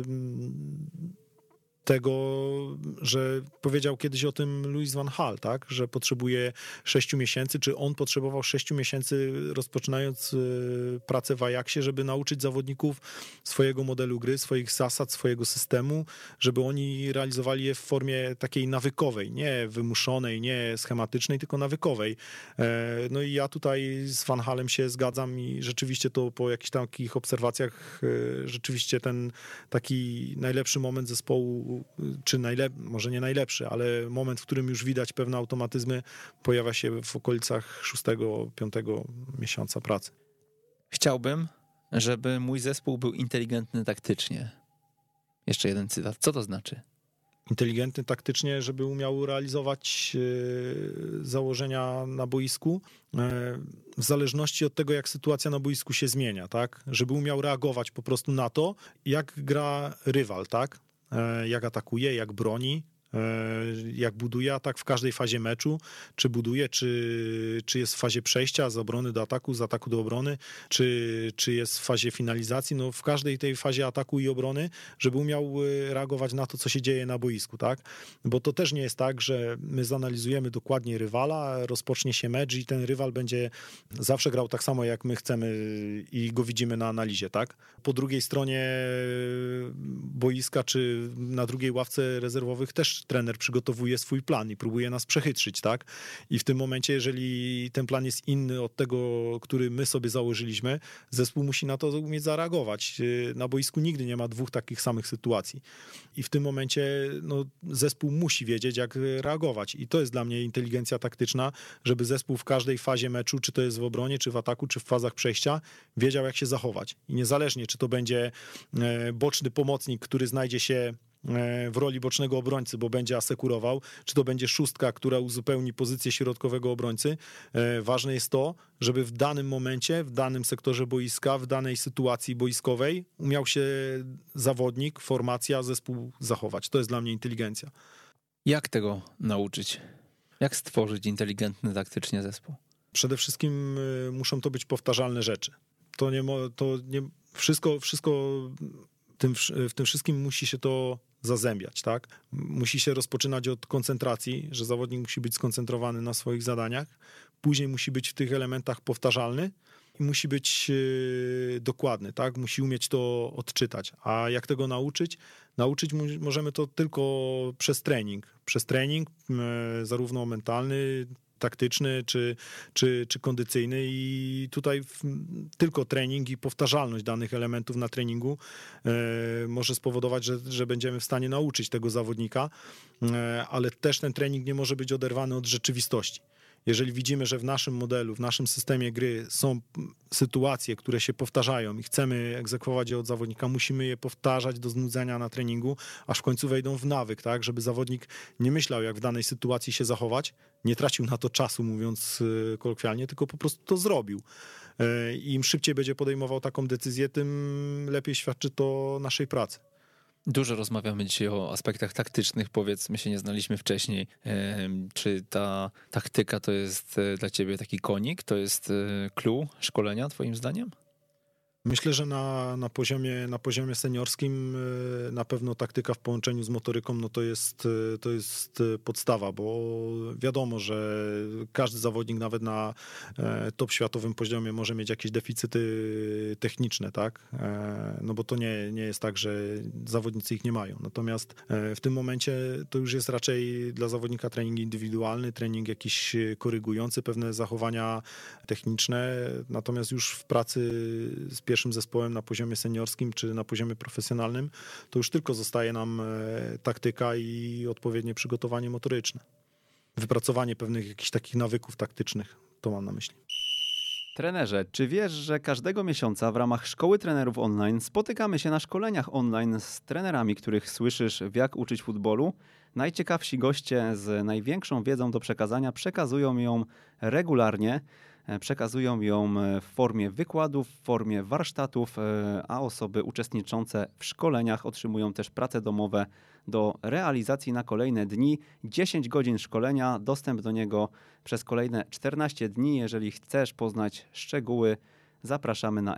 tego, że powiedział kiedyś o tym Louis van Gaal, tak? Że potrzebuje 6 miesięcy, czy on potrzebował 6 miesięcy rozpoczynając pracę w Ajaxie, żeby nauczyć zawodników swojego modelu gry, swoich zasad, swojego systemu, żeby oni realizowali je w formie takiej nawykowej, nie wymuszonej, nie schematycznej, tylko nawykowej. No i ja tutaj z Van Gaalem się zgadzam i rzeczywiście to po jakichś takich obserwacjach rzeczywiście ten taki najlepszy moment zespołu, czy może nie najlepszy, ale moment, w którym już widać pewne automatyzmy, pojawia się w okolicach 6-5 miesiąca pracy. Chciałbym, żeby mój zespół był inteligentny taktycznie. Jeszcze jeden cytat. Co to znaczy? Inteligentny taktycznie, żeby umiał realizować założenia na boisku w zależności od tego, jak sytuacja na boisku się zmienia, tak? Żeby umiał reagować po prostu na to, jak gra rywal, tak? Jak atakuje, jak broni, jak buduje atak w każdej fazie meczu, czy buduje, czy jest w fazie przejścia z obrony do ataku, z ataku do obrony, czy jest w fazie finalizacji, no w każdej tej fazie ataku i obrony, żeby umiał reagować na to, co się dzieje na boisku, tak? Bo to też nie jest tak, że my zanalizujemy dokładnie rywala, rozpocznie się mecz i ten rywal będzie zawsze grał tak samo, jak my chcemy i go widzimy na analizie, tak? Po drugiej stronie boiska, czy na drugiej ławce rezerwowych też trener przygotowuje swój plan i próbuje nas przechytrzyć, tak? I w tym momencie, jeżeli ten plan jest inny od tego, który my sobie założyliśmy, zespół musi na to umieć zareagować. Na boisku nigdy nie ma dwóch takich samych sytuacji. I w tym momencie no, zespół musi wiedzieć, jak reagować. I to jest dla mnie inteligencja taktyczna, żeby zespół w każdej fazie meczu, czy to jest w obronie, czy w ataku, czy w fazach przejścia, wiedział, jak się zachować. I niezależnie, czy to będzie boczny pomocnik, który znajdzie się w roli bocznego obrońcy, bo będzie asekurował, czy to będzie szóstka, która uzupełni pozycję środkowego obrońcy. Ważne jest to, żeby w danym momencie, w danym sektorze boiska, w danej sytuacji boiskowej umiał się zawodnik, formacja, zespół zachować. To jest dla mnie inteligencja. Jak tego nauczyć? Jak stworzyć inteligentny taktycznie zespół? Przede wszystkim muszą to być powtarzalne rzeczy. Wszystko w tym wszystkim musi się to zazębiać, tak? Musi się rozpoczynać od koncentracji, że zawodnik musi być skoncentrowany na swoich zadaniach, później musi być w tych elementach powtarzalny i musi być dokładny, tak? Musi umieć to odczytać. A jak tego nauczyć? Nauczyć możemy to tylko przez trening, zarówno mentalny, taktyczny czy kondycyjny i tutaj tylko trening i powtarzalność danych elementów na treningu może spowodować, że będziemy w stanie nauczyć tego zawodnika, ale też ten trening nie może być oderwany od rzeczywistości. Jeżeli widzimy, że w naszym modelu, w naszym systemie gry są sytuacje, które się powtarzają i chcemy egzekwować je od zawodnika, musimy je powtarzać do znudzenia na treningu, aż w końcu wejdą w nawyk, tak, żeby zawodnik nie myślał, jak w danej sytuacji się zachować, nie tracił na to czasu, mówiąc kolokwialnie, tylko po prostu to zrobił. I im szybciej będzie podejmował taką decyzję, tym lepiej świadczy to naszej pracy. Dużo rozmawiamy dzisiaj o aspektach taktycznych. Powiedz, my się nie znaliśmy wcześniej. Czy ta taktyka to jest dla ciebie taki konik? To jest clue szkolenia twoim zdaniem? Myślę, że na poziomie seniorskim na pewno taktyka w połączeniu z motoryką no to jest podstawa, bo wiadomo, że każdy zawodnik nawet na top światowym poziomie może mieć jakieś deficyty techniczne, tak? No bo to nie jest tak, że zawodnicy ich nie mają. Natomiast w tym momencie to już jest raczej dla zawodnika trening indywidualny, trening jakiś korygujący pewne zachowania techniczne, natomiast już w pracy z pierwszym zespołem na poziomie seniorskim czy na poziomie profesjonalnym, to już tylko zostaje nam taktyka i odpowiednie przygotowanie motoryczne. Wypracowanie pewnych jakichś takich nawyków taktycznych, to mam na myśli. Trenerze, czy wiesz, że każdego miesiąca w ramach Szkoły Trenerów Online spotykamy się na szkoleniach online z trenerami, których słyszysz w Jak uczyć futbolu? Najciekawsi goście z największą wiedzą do przekazania przekazują ją regularnie. Przekazują ją w formie wykładów, w formie warsztatów, a osoby uczestniczące w szkoleniach otrzymują też prace domowe do realizacji na kolejne dni. 10 godzin szkolenia, dostęp do niego przez kolejne 14 dni. Jeżeli chcesz poznać szczegóły, zapraszamy na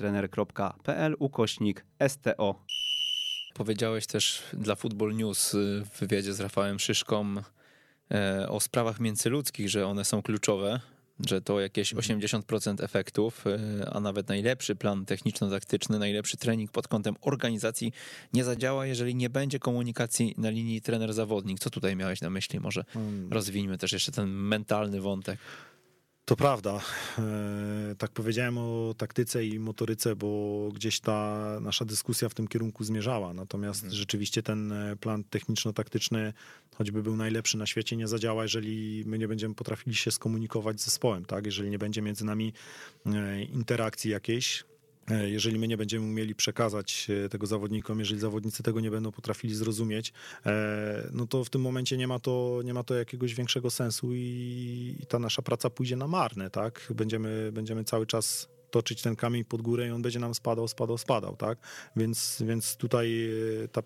ekstratrener.pl/STO. Powiedziałeś też dla Football News w wywiadzie z Rafałem Szyszką o sprawach międzyludzkich, że one są kluczowe, że to jakieś 80% efektów, a nawet najlepszy plan techniczno-taktyczny, najlepszy trening pod kątem organizacji nie zadziała, jeżeli nie będzie komunikacji na linii trener-zawodnik. Co tutaj miałeś na myśli? Może rozwijmy też jeszcze ten mentalny wątek. To prawda. Tak powiedziałem o taktyce i motoryce, bo gdzieś ta nasza dyskusja w tym kierunku zmierzała. Natomiast rzeczywiście ten plan techniczno-taktyczny, choćby był najlepszy na świecie, nie zadziała, jeżeli my nie będziemy potrafili się skomunikować z zespołem, tak? Jeżeli nie będzie między nami interakcji jakiejś, jeżeli my nie będziemy umieli przekazać tego zawodnikom, jeżeli zawodnicy tego nie będą potrafili zrozumieć, no to w tym momencie nie ma to jakiegoś większego sensu i ta nasza praca pójdzie na marne, tak? Będziemy cały czas toczyć ten kamień pod górę i on będzie nam spadał, tak? Więc tutaj ta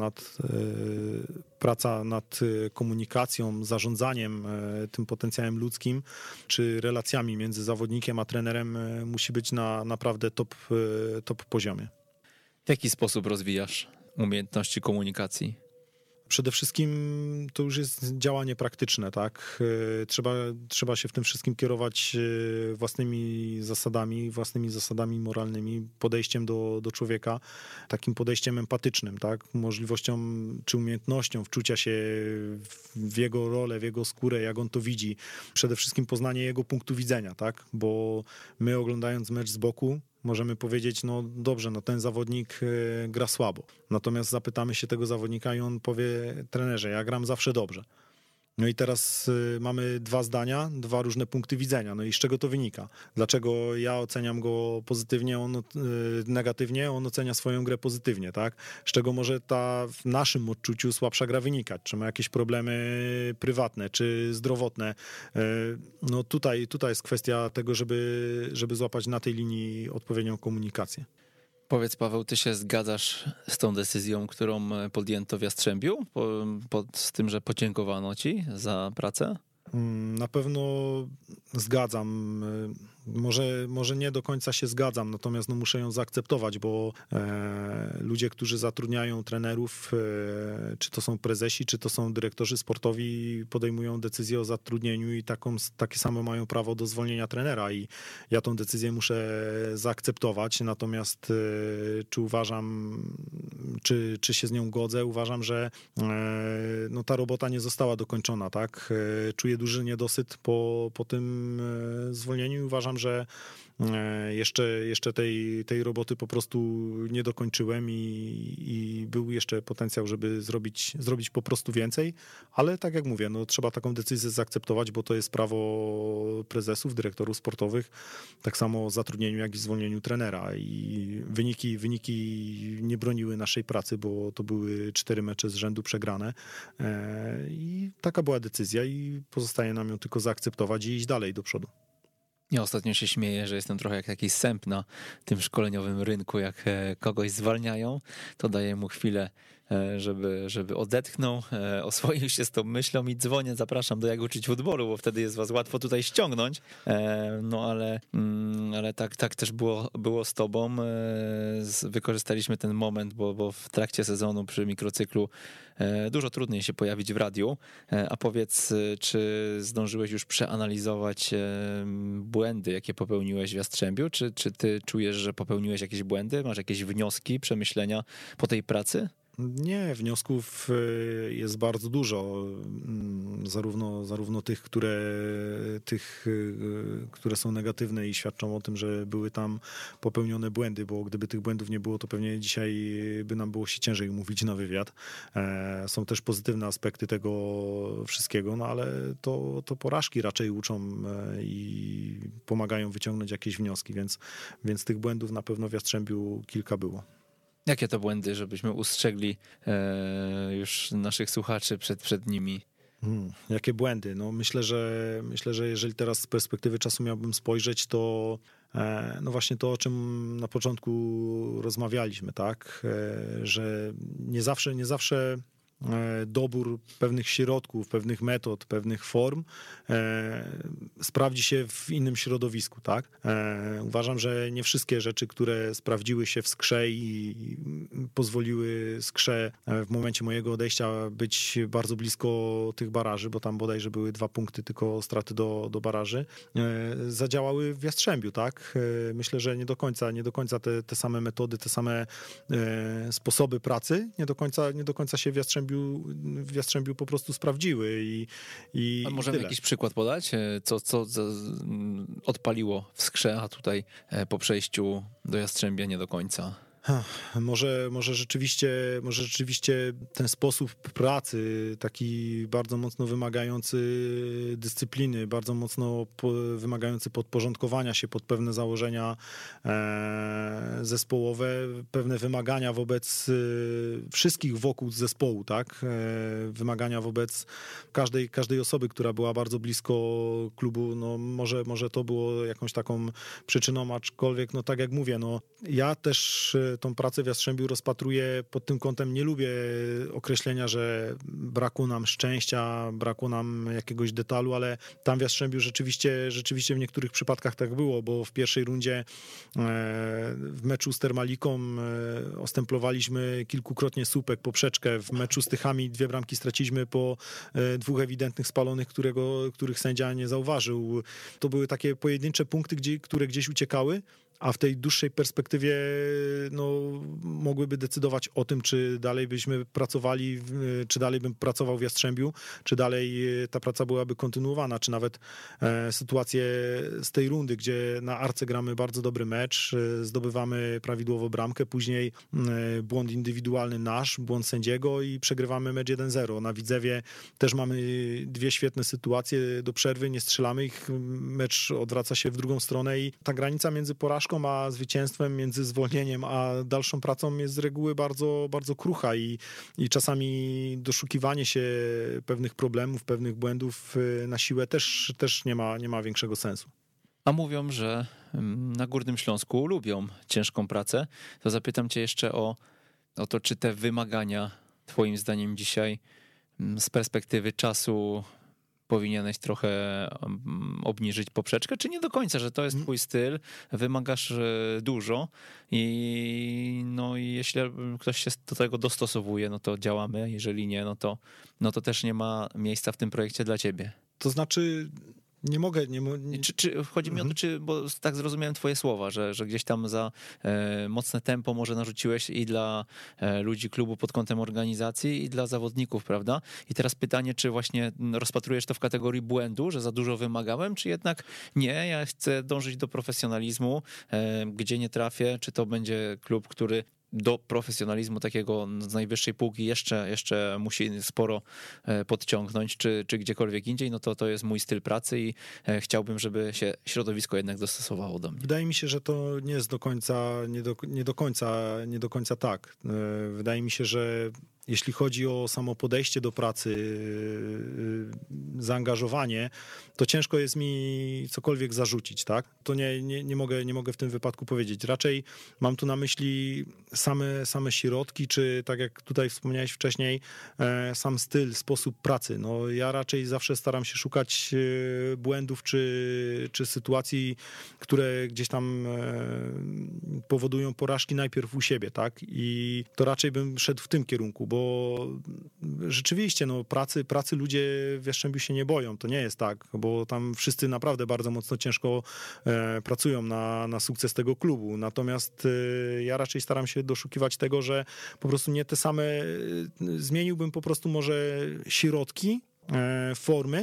praca nad komunikacją, zarządzaniem tym potencjałem ludzkim, czy relacjami między zawodnikiem a trenerem musi być na naprawdę top poziomie. W jaki sposób rozwijasz umiejętności komunikacji? Przede wszystkim to już jest działanie praktyczne, tak? Trzeba się w tym wszystkim kierować własnymi zasadami moralnymi, podejściem do człowieka, takim podejściem empatycznym, tak? Możliwością czy umiejętnością wczucia się w jego rolę, w jego skórę, jak on to widzi. Przede wszystkim poznanie jego punktu widzenia, tak? Bo my oglądając mecz z boku, możemy powiedzieć, no dobrze, no ten zawodnik gra słabo. Natomiast zapytamy się tego zawodnika i on powie, trenerze, ja gram zawsze dobrze. No i teraz mamy dwa zdania, dwa różne punkty widzenia. No i z czego to wynika? Dlaczego ja oceniam go pozytywnie, on negatywnie, on ocenia swoją grę pozytywnie, tak? Z czego może ta w naszym odczuciu słabsza gra wynikać? Czy ma jakieś problemy prywatne, czy zdrowotne? No tutaj jest kwestia tego, żeby złapać na tej linii odpowiednią komunikację. Powiedz, Paweł, ty się zgadzasz z tą decyzją, którą podjęto w Jastrzębiu? Z tym, że podziękowano ci za pracę? Na pewno zgadzam. Może nie do końca się zgadzam, natomiast no muszę ją zaakceptować, bo ludzie, którzy zatrudniają trenerów, czy to są prezesi, czy to są dyrektorzy sportowi, podejmują decyzję o zatrudnieniu i takie samo mają prawo do zwolnienia trenera i ja tą decyzję muszę zaakceptować, natomiast czy uważam, czy się z nią godzę, uważam, że no ta robota nie została dokończona, tak? Czuję duży niedosyt po tym zwolnieniu i uważam, że jeszcze tej roboty po prostu nie dokończyłem i był jeszcze potencjał, żeby zrobić po prostu więcej, ale tak jak mówię, no trzeba taką decyzję zaakceptować, bo to jest prawo prezesów, dyrektorów sportowych, tak samo o zatrudnieniu, jak i zwolnieniu trenera i wyniki nie broniły naszej pracy, bo to były 4 mecze z rzędu przegrane i taka była decyzja i pozostaje nam ją tylko zaakceptować i iść dalej do przodu. Ja ostatnio się śmieję, że jestem trochę jak jakiś sęp na tym szkoleniowym rynku. Jak kogoś zwalniają, to daję mu chwilę, żeby odetchnął, oswoił się z tą myślą i dzwonię, zapraszam do Jak uczyć futbolu, bo wtedy jest was łatwo tutaj ściągnąć. No ale ale tak też było z tobą. Wykorzystaliśmy ten moment, bo w trakcie sezonu przy mikrocyklu dużo trudniej się pojawić w radiu. A powiedz, czy zdążyłeś już przeanalizować błędy, jakie popełniłeś w Jastrzębiu? Czy ty czujesz, że popełniłeś jakieś błędy? Masz jakieś wnioski, przemyślenia po tej pracy? Nie, wniosków jest bardzo dużo, zarówno tych, które są negatywne i świadczą o tym, że były tam popełnione błędy, bo gdyby tych błędów nie było, to pewnie dzisiaj by nam było się ciężej umówić na wywiad. Są też pozytywne aspekty tego wszystkiego, no ale to porażki raczej uczą i pomagają wyciągnąć jakieś wnioski, więc tych błędów na pewno w Jastrzębiu kilka było. Jakie to błędy, żebyśmy ustrzegli już naszych słuchaczy przed nimi? Jakie błędy? No myślę, że jeżeli teraz z perspektywy czasu miałbym spojrzeć, to no właśnie to, o czym na początku rozmawialiśmy, tak? Że nie zawsze dobór pewnych środków, pewnych metod, pewnych form sprawdzi się w innym środowisku, tak? Uważam, że nie wszystkie rzeczy, które sprawdziły się w Skrze i pozwoliły Skrze w momencie mojego odejścia być bardzo blisko tych baraży, bo tam bodajże były 2 punkty tylko straty do baraży, zadziałały w Jastrzębiu, tak? Myślę, że nie do końca te same metody, te same sposoby pracy nie do końca się w Jastrzębiu po prostu sprawdziły i a możemy jakiś przykład podać? Co odpaliło w Skrze, a tutaj po przejściu do Jastrzębia nie do końca? Może rzeczywiście ten sposób pracy, taki bardzo mocno wymagający dyscypliny, bardzo mocno wymagający podporządkowania się pod pewne założenia zespołowe, pewne wymagania wobec wszystkich wokół zespołu, tak? Wymagania wobec każdej osoby, która była bardzo blisko klubu. No może to było jakąś taką przyczyną, aczkolwiek no tak jak mówię, no ja też tą pracę w Jastrzębiu rozpatruję pod tym kątem. Nie lubię określenia, że brakło nam szczęścia, brakło nam jakiegoś detalu, ale tam w Jastrzębiu rzeczywiście w niektórych przypadkach tak było, bo w pierwszej rundzie w meczu z Termaliką ostemplowaliśmy kilkukrotnie słupek, poprzeczkę. W meczu z Tychami 2 bramki straciliśmy po 2 ewidentnych spalonych, których sędzia nie zauważył. To były takie pojedyncze punkty, które gdzieś uciekały, a w tej dłuższej perspektywie no, mogłyby decydować o tym, czy dalej byśmy pracowali, czy dalej bym pracował w Jastrzębiu, czy dalej ta praca byłaby kontynuowana, czy nawet sytuacje z tej rundy, gdzie na Arce gramy bardzo dobry mecz, zdobywamy prawidłowo bramkę, później błąd indywidualny nasz, błąd sędziego i przegrywamy mecz 1-0. Na Widzewie też mamy 2 świetne sytuacje do przerwy, nie strzelamy ich, mecz odwraca się w drugą stronę i ta granica między porażką a zwycięstwem, między zwolnieniem a dalszą pracą jest z reguły bardzo, bardzo krucha i czasami doszukiwanie się pewnych problemów, pewnych błędów na siłę też nie ma większego sensu. A mówią, że na Górnym Śląsku lubią ciężką pracę. To zapytam cię jeszcze o to, czy te wymagania twoim zdaniem dzisiaj z perspektywy czasu powinieneś trochę obniżyć poprzeczkę, czy nie do końca, że to jest twój styl, wymagasz dużo i jeśli ktoś się do tego dostosowuje, no to działamy, jeżeli nie, no to też nie ma miejsca w tym projekcie dla ciebie. To znaczy nie mogę... Czy chodzi mi o to, bo tak zrozumiałem twoje słowa, że gdzieś tam za mocne tempo może narzuciłeś i dla ludzi klubu pod kątem organizacji i dla zawodników, prawda? I teraz pytanie, czy właśnie rozpatrujesz to w kategorii błędu, że za dużo wymagałem, czy jednak nie, ja chcę dążyć do profesjonalizmu, gdzie nie trafię, czy to będzie klub, który do profesjonalizmu takiego z najwyższej półki jeszcze musi sporo podciągnąć, czy gdziekolwiek indziej, no to jest mój styl pracy i chciałbym, żeby się środowisko jednak dostosowało do mnie. Wydaje mi się, że to nie jest nie do końca tak. Wydaje mi się, że jeśli chodzi o samo podejście do pracy, zaangażowanie, to ciężko jest mi cokolwiek zarzucić, tak? To nie mogę w tym wypadku powiedzieć. Raczej mam tu na myśli same środki, czy tak jak tutaj wspomniałeś wcześniej, sam styl, sposób pracy. No, ja raczej zawsze staram się szukać błędów, czy sytuacji, które gdzieś tam powodują porażki najpierw u siebie, tak? I to raczej bym szedł w tym kierunku, bo rzeczywiście, no, pracy ludzie w Jastrzębiu się nie boją, to nie jest tak, bo tam wszyscy naprawdę bardzo mocno ciężko pracują na sukces tego klubu, natomiast ja raczej staram się doszukiwać tego, że po prostu nie te same, zmieniłbym po prostu może środki, formy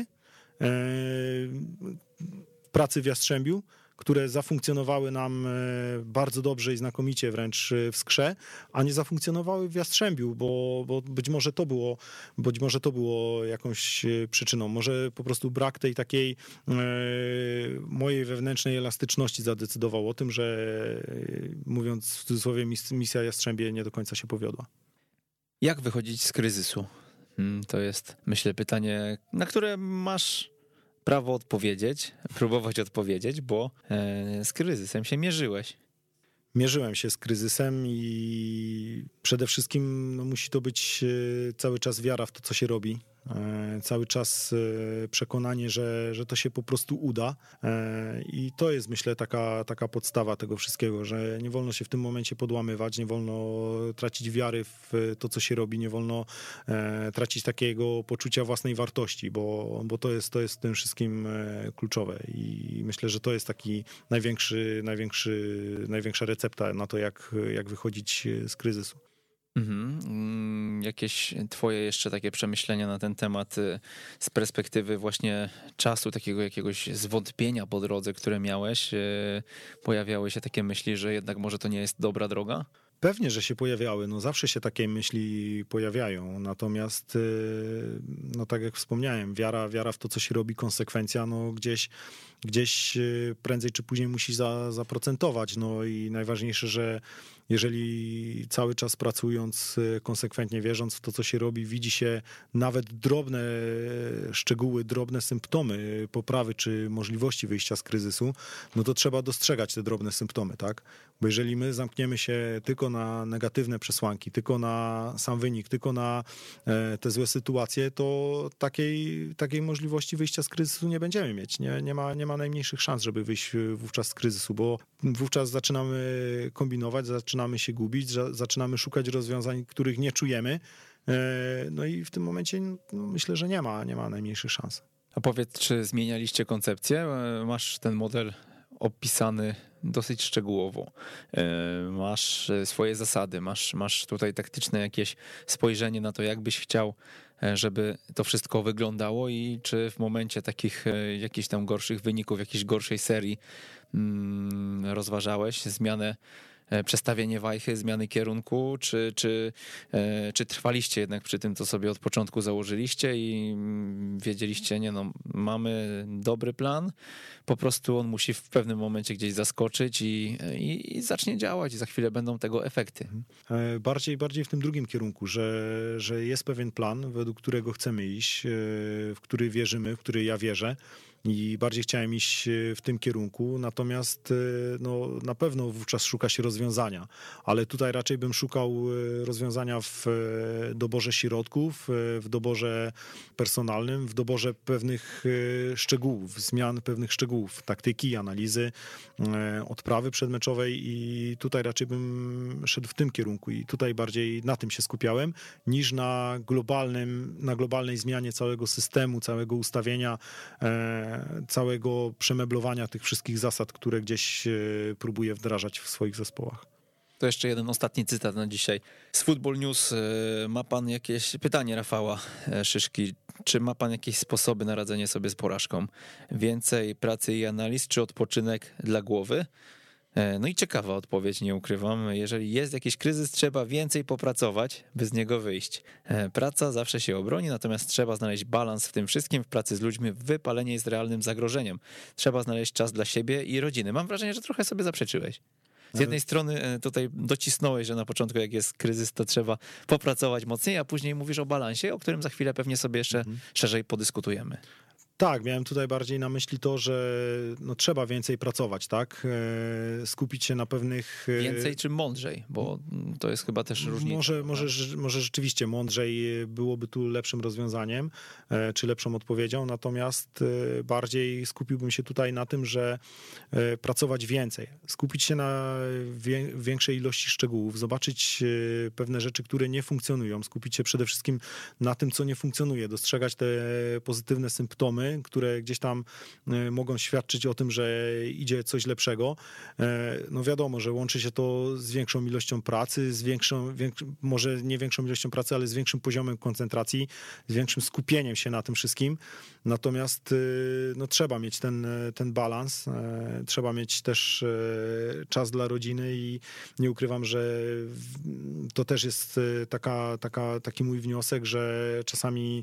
pracy w Jastrzębiu, które zafunkcjonowały nam bardzo dobrze i znakomicie wręcz w Skrze, a nie zafunkcjonowały w Jastrzębiu, bo być może to było jakąś przyczyną. Może po prostu brak tej takiej mojej wewnętrznej elastyczności zadecydował o tym, że mówiąc w cudzysłowie, misja Jastrzębie nie do końca się powiodła. Jak wychodzić z kryzysu? To jest, myślę, pytanie, na które masz prawo odpowiedzieć, próbować odpowiedzieć, bo z kryzysem się mierzyłeś. Mierzyłem się z kryzysem i przede wszystkim no, musi to być cały czas wiara w to, co się robi. Cały czas przekonanie, że to się po prostu uda i to jest, myślę, taka podstawa tego wszystkiego, że nie wolno się w tym momencie podłamywać, nie wolno tracić wiary w to, co się robi, nie wolno tracić takiego poczucia własnej wartości, bo to jest w tym wszystkim kluczowe i myślę, że to jest taki największa recepta na to, jak wychodzić z kryzysu. Jakieś twoje jeszcze takie przemyślenia na ten temat z perspektywy właśnie czasu, takiego jakiegoś zwątpienia po drodze, które miałeś? Pojawiały się takie myśli, że jednak może to nie jest dobra droga? Pewnie, że się pojawiały, no zawsze się takie myśli pojawiają, natomiast no tak jak wspomniałem, wiara w to, co się robi, konsekwencja, no gdzieś prędzej czy później musi zaprocentować, no i najważniejsze, że jeżeli cały czas pracując, konsekwentnie wierząc w to, co się robi, widzi się nawet drobne szczegóły, drobne symptomy poprawy czy możliwości wyjścia z kryzysu, no to trzeba dostrzegać te drobne symptomy, tak? Bo jeżeli my zamkniemy się tylko na negatywne przesłanki, tylko na sam wynik, tylko na te złe sytuacje, to takiej możliwości wyjścia z kryzysu nie będziemy mieć. Nie ma najmniejszych szans, żeby wyjść wówczas z kryzysu, bo wówczas zaczynamy kombinować, zaczynamy się gubić, zaczynamy szukać rozwiązań, których nie czujemy. No i w tym momencie no, myślę, że nie ma najmniejszych szans. A powiedz, czy zmienialiście koncepcję? Masz ten model opisany dosyć szczegółowo. Masz swoje zasady, masz tutaj taktyczne jakieś spojrzenie na to, jak byś chciał, żeby to wszystko wyglądało i czy w momencie takich jakichś tam gorszych wyników, jakiejś gorszej serii rozważałeś zmianę, przestawienie wajchy, zmiany kierunku, czy trwaliście jednak przy tym, co sobie od początku założyliście i wiedzieliście, nie no, mamy dobry plan, po prostu on musi w pewnym momencie gdzieś zaskoczyć i zacznie działać i za chwilę będą tego efekty. Bardziej w tym drugim kierunku, że jest pewien plan, według którego chcemy iść, w który wierzymy, w który ja wierzę. I bardziej chciałem iść w tym kierunku, natomiast no, na pewno wówczas szuka się rozwiązania, ale tutaj raczej bym szukał rozwiązania w doborze środków, w doborze personalnym, w doborze pewnych szczegółów, zmian pewnych szczegółów, taktyki, analizy, odprawy przedmeczowej i tutaj raczej bym szedł w tym kierunku i tutaj bardziej na tym się skupiałem, niż na globalnej zmianie całego systemu, całego ustawienia, całego przemeblowania tych wszystkich zasad, które gdzieś próbuję wdrażać w swoich zespołach. To jeszcze jeden ostatni cytat na dzisiaj. Z Football News ma pan jakieś pytanie Rafała Szyszki. Czy ma pan jakieś sposoby na radzenie sobie z porażką? Więcej pracy i analiz, czy odpoczynek dla głowy? No i ciekawa odpowiedź, nie ukrywam. Jeżeli jest jakiś kryzys, trzeba więcej popracować, by z niego wyjść. Praca zawsze się obroni, natomiast trzeba znaleźć balans w tym wszystkim. W pracy z ludźmi wypalenie jest realnym zagrożeniem. Trzeba znaleźć czas dla siebie i rodziny. Mam wrażenie, że trochę sobie zaprzeczyłeś. Z jednej strony tutaj docisnąłeś, że na początku jak jest kryzys, to trzeba popracować mocniej, a później mówisz o balansie, o którym za chwilę pewnie sobie jeszcze szerzej podyskutujemy. Tak, miałem tutaj bardziej na myśli to, że no, trzeba więcej pracować, tak? Skupić się na pewnych... Więcej czy mądrzej, bo to jest chyba też różnica. Może rzeczywiście mądrzej byłoby tu lepszym rozwiązaniem, czy lepszą odpowiedzią, natomiast bardziej skupiłbym się tutaj na tym, że pracować więcej, skupić się na większej ilości szczegółów, zobaczyć pewne rzeczy, które nie funkcjonują, skupić się przede wszystkim na tym, co nie funkcjonuje, dostrzegać te pozytywne symptomy, które gdzieś tam mogą świadczyć o tym, że idzie coś lepszego. No wiadomo, że łączy się to z większą ilością pracy, może nie większą ilością pracy, ale z większym poziomem koncentracji, z większym skupieniem się na tym wszystkim. Natomiast no, trzeba mieć ten balans, trzeba mieć też czas dla rodziny i nie ukrywam, że to też jest taki mój wniosek, że czasami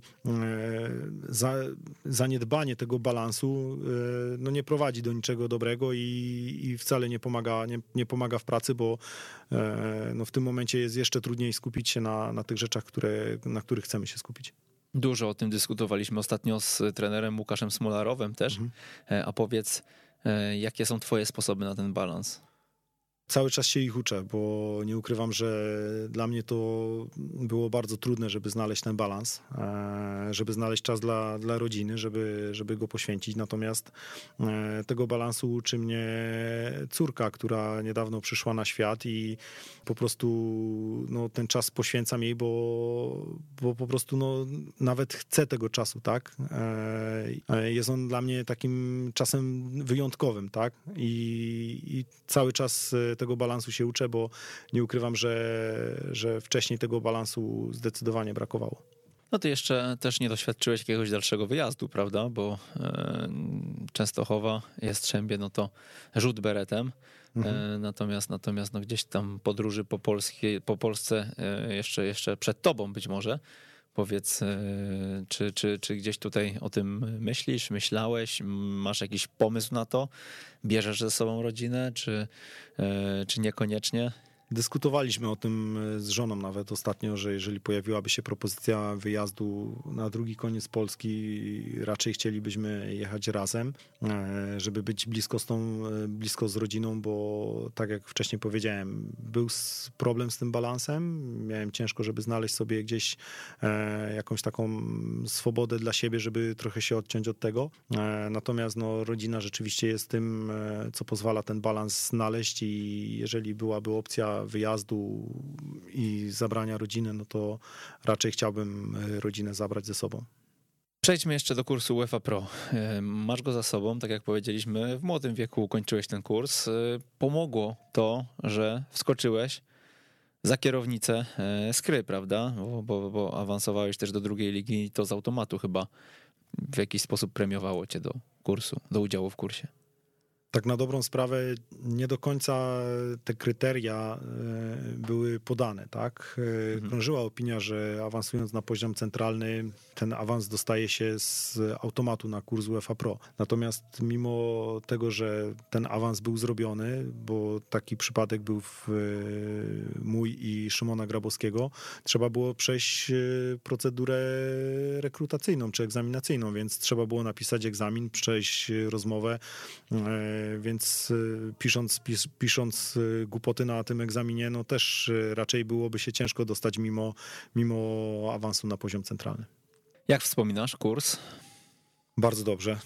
zaniedbanie tego balansu no nie prowadzi do niczego dobrego i wcale nie pomaga w pracy, bo no w tym momencie jest jeszcze trudniej skupić się na tych rzeczach, na których chcemy się skupić. Dużo o tym dyskutowaliśmy ostatnio z trenerem Łukaszem Smolarowem też. A powiedz, jakie są twoje sposoby na ten balans? Cały czas się ich uczę, bo nie ukrywam, że dla mnie to było bardzo trudne, żeby znaleźć ten balans, żeby znaleźć czas dla rodziny, żeby go poświęcić. Natomiast tego balansu uczy mnie córka, która niedawno przyszła na świat i po prostu no, ten czas poświęcam jej, bo po prostu no, nawet chcę tego czasu, tak? Jest on dla mnie takim czasem wyjątkowym, tak? I cały czas tego balansu się uczę, bo nie ukrywam, że wcześniej tego balansu zdecydowanie brakowało. No ty jeszcze też nie doświadczyłeś jakiegoś dalszego wyjazdu, prawda? Bo Częstochowa, Jastrzębie, no to rzut beretem. Natomiast no gdzieś tam podróży po Polsce jeszcze przed tobą być może. Powiedz, czy gdzieś tutaj o tym myślałeś, masz jakiś pomysł na to? Bierzesz ze sobą rodzinę, czy niekoniecznie? Dyskutowaliśmy o tym z żoną nawet ostatnio, że jeżeli pojawiłaby się propozycja wyjazdu na drugi koniec Polski, raczej chcielibyśmy jechać razem, żeby być blisko z rodziną, bo tak jak wcześniej powiedziałem, był problem z tym balansem, miałem ciężko, żeby znaleźć sobie gdzieś jakąś taką swobodę dla siebie, żeby trochę się odciąć od tego. Natomiast no, rodzina rzeczywiście jest tym, co pozwala ten balans znaleźć i jeżeli byłaby opcja wyjazdu i zabrania rodziny, no to raczej chciałbym rodzinę zabrać ze sobą. Przejdźmy jeszcze do kursu UEFA Pro. Masz go za sobą, tak jak powiedzieliśmy, w młodym wieku ukończyłeś ten kurs. Pomogło to, że wskoczyłeś za kierownicę Skry, prawda? Bo awansowałeś też do drugiej ligi i to z automatu chyba w jakiś sposób premiowało cię do kursu, do udziału w kursie. Tak na dobrą sprawę nie do końca te kryteria były podane, tak? Krążyła opinia, że awansując na poziom centralny, ten awans dostaje się z automatu na kurs UEFA Pro. Natomiast mimo tego, że ten awans był zrobiony, bo taki przypadek był mój i Szymona Grabowskiego, trzeba było przejść procedurę rekrutacyjną czy egzaminacyjną, więc trzeba było napisać egzamin, przejść rozmowę, więc pisząc głupoty na tym egzaminie, no też raczej byłoby się ciężko dostać mimo awansu na poziom centralny. Jak wspominasz kurs? Bardzo dobrze.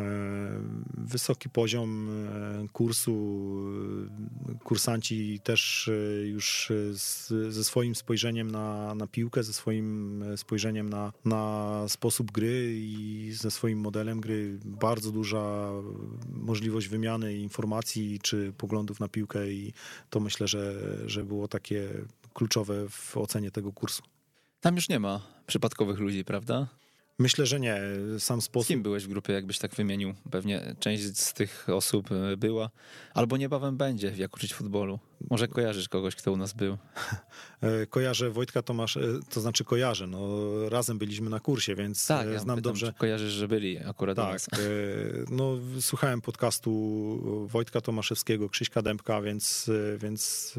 Wysoki poziom kursu, kursanci też już ze swoim spojrzeniem na piłkę, ze swoim spojrzeniem na sposób gry i ze swoim modelem gry, bardzo duża możliwość wymiany informacji czy poglądów na piłkę i to myślę, że było takie kluczowe w ocenie tego kursu. Tam już nie ma przypadkowych ludzi, prawda? Myślę, że nie. Sam Z sposób. kim byłeś w grupie, jakbyś tak wymienił? Pewnie część z tych osób była, albo niebawem będzie w Jak uczyć futbolu. Może kojarzysz kogoś, kto u nas był? Kojarzę Wojtka Tomasz, to znaczy kojarzę, no razem byliśmy na kursie, więc Tak, ja znam pytam, dobrze. czy kojarzysz, że byli akurat u Tak, nas. no słuchałem podcastu Wojtka Tomaszewskiego, Krzyśka Dębka, więc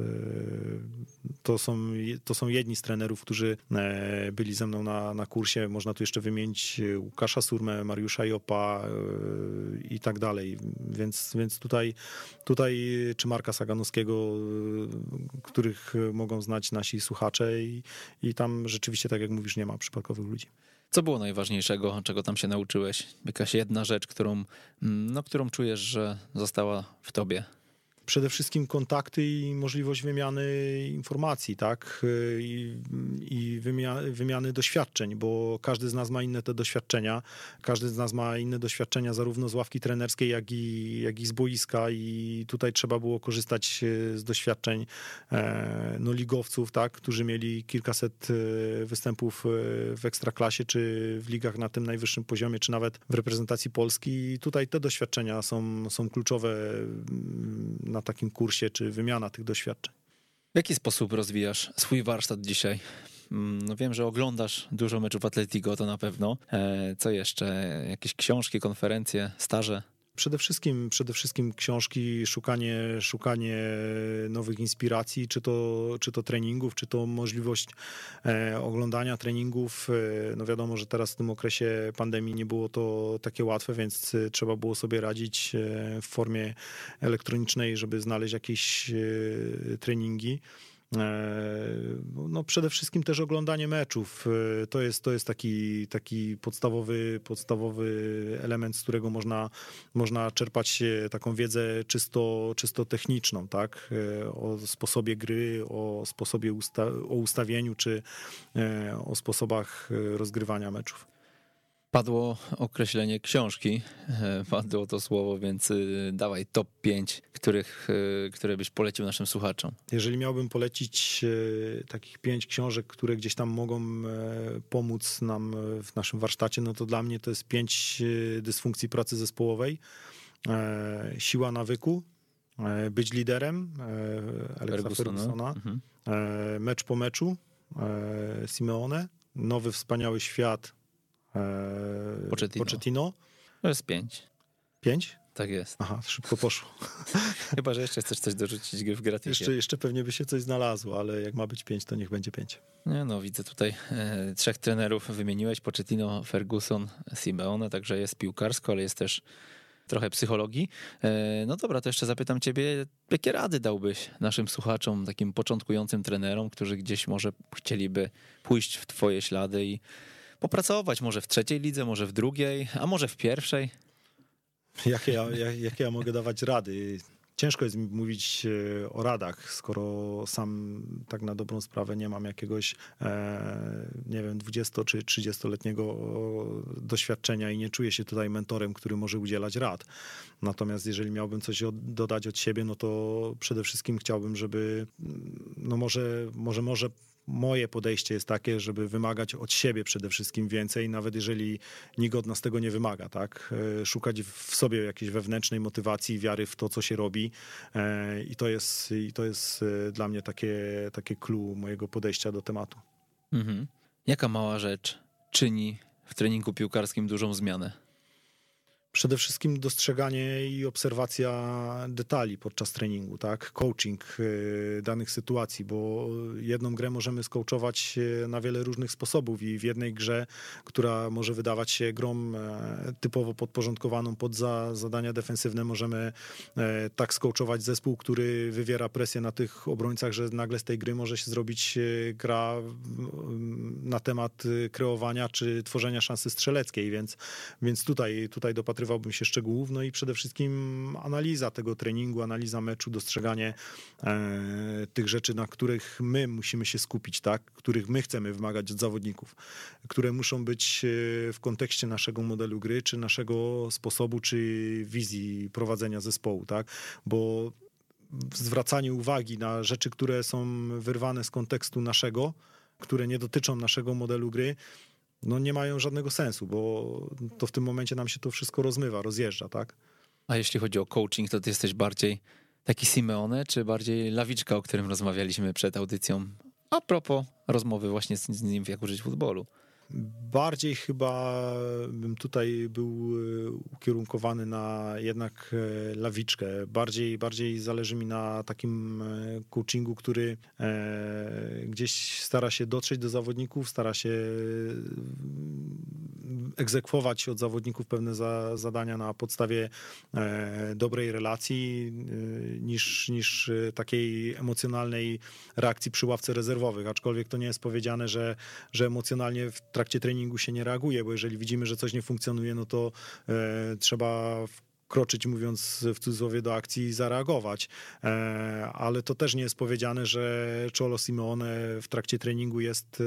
to są jedni z trenerów, którzy byli ze mną na kursie. Można tu jeszcze wymienić Łukasza Surmę, Mariusza Jopa i tak dalej, więc tutaj czy Marka Saganowskiego, których mogą znać nasi słuchacze i tam rzeczywiście, tak jak mówisz, nie ma przypadkowych ludzi. Co było najważniejszego, czego tam się nauczyłeś? Jakaś jedna rzecz, którą czujesz, że została w tobie? Przede wszystkim kontakty i możliwość wymiany informacji, tak? I wymiany doświadczeń, bo każdy z nas ma inne te doświadczenia. Każdy z nas ma inne doświadczenia zarówno z ławki trenerskiej, jak i z boiska i tutaj trzeba było korzystać z doświadczeń ligowców, tak? Którzy mieli kilkaset występów w Ekstraklasie, czy w ligach na tym najwyższym poziomie, czy nawet w reprezentacji Polski. I tutaj te doświadczenia są kluczowe na takim kursie, czy wymiana tych doświadczeń. W jaki sposób rozwijasz swój warsztat dzisiaj? No wiem, że oglądasz dużo meczów Atletico, to na pewno. Co jeszcze? Jakieś książki, konferencje, staże? Przede wszystkim książki, szukanie nowych inspiracji, czy to treningów, czy to możliwość oglądania treningów. No wiadomo, że teraz w tym okresie pandemii nie było to takie łatwe, więc trzeba było sobie radzić w formie elektronicznej, żeby znaleźć jakieś treningi. No przede wszystkim też oglądanie meczów. To jest taki podstawowy element, z którego można czerpać taką wiedzę czysto techniczną, tak? O sposobie gry, o sposobie o ustawieniu, czy o sposobach rozgrywania meczów. Padło określenie książki, padło to słowo, więc dawaj top 5, które byś polecił naszym słuchaczom. Jeżeli miałbym polecić takich 5 książek, które gdzieś tam mogą pomóc nam w naszym warsztacie, no to dla mnie to jest 5 dysfunkcji pracy zespołowej, siła nawyku, być liderem, Alexa Fergusona, mecz po meczu, Simeone, nowy wspaniały świat, Pochettino. To jest 5. 5? Tak jest. Aha, szybko poszło. Chyba, że jeszcze chcesz coś dorzucić w gratisie. Jeszcze pewnie by się coś znalazło, ale jak ma być 5, to niech będzie 5. Nie, no widzę tutaj 3 trenerów wymieniłeś, Pochettino, Ferguson, Simeone, także jest piłkarsko, ale jest też trochę psychologii. No dobra, to jeszcze zapytam ciebie, jakie rady dałbyś naszym słuchaczom, takim początkującym trenerom, którzy gdzieś może chcieliby pójść w twoje ślady i popracować może w 3. lidze, może w 2., a może w 1. Jakie ja mogę dawać rady? Ciężko jest mi mówić o radach, skoro sam tak na dobrą sprawę nie mam jakiegoś, nie wiem, 20 czy 30-letniego doświadczenia i nie czuję się tutaj mentorem, który może udzielać rad. Natomiast jeżeli miałbym coś dodać od siebie, no to przede wszystkim chciałbym, żeby, no może moje podejście jest takie, żeby wymagać od siebie przede wszystkim więcej, nawet jeżeli nikt od nas tego nie wymaga, tak? Szukać w sobie jakiejś wewnętrznej motywacji, wiary w to, co się robi i to jest dla mnie takie clue mojego podejścia do tematu. Mhm. Jaka mała rzecz czyni w treningu piłkarskim dużą zmianę? Przede wszystkim dostrzeganie i obserwacja detali podczas treningu, tak? Coaching danych sytuacji, bo jedną grę możemy skoachować na wiele różnych sposobów i w jednej grze, która może wydawać się grą typowo podporządkowaną pod zadania defensywne, możemy tak skoachować zespół, który wywiera presję na tych obrońcach, że nagle z tej gry może się zrobić gra na temat kreowania czy tworzenia szansy strzeleckiej, więc tutaj dopatrywałbym się szczegółów, no i przede wszystkim analiza tego treningu, analiza meczu, dostrzeganie tych rzeczy, na których my musimy się skupić, tak? Których my chcemy wymagać od zawodników, które muszą być w kontekście naszego modelu gry, czy naszego sposobu, czy wizji prowadzenia zespołu, tak? Bo zwracanie uwagi na rzeczy, które są wyrwane z kontekstu naszego, które nie dotyczą naszego modelu gry, no nie mają żadnego sensu, bo to w tym momencie nam się to wszystko rozmywa, rozjeżdża, tak? A jeśli chodzi o coaching, to ty jesteś bardziej taki Simeone, czy bardziej Lawiczka, o którym rozmawialiśmy przed audycją? A propos rozmowy właśnie z nim, jak użyć futbolu. Bardziej chyba bym tutaj był ukierunkowany na jednak Lawiczkę. Bardziej zależy mi na takim coachingu, który gdzieś stara się dotrzeć do zawodników, stara się egzekwować od zawodników pewne zadania na podstawie dobrej relacji niż takiej emocjonalnej reakcji przy ławce rezerwowych. Aczkolwiek to nie jest powiedziane, że emocjonalnie w trakcie treningu się nie reaguje, bo jeżeli widzimy, że coś nie funkcjonuje, no to trzeba wkroczyć, mówiąc w cudzysłowie, do akcji i zareagować. Ale to też nie jest powiedziane, że Cholo Simeone w trakcie treningu jest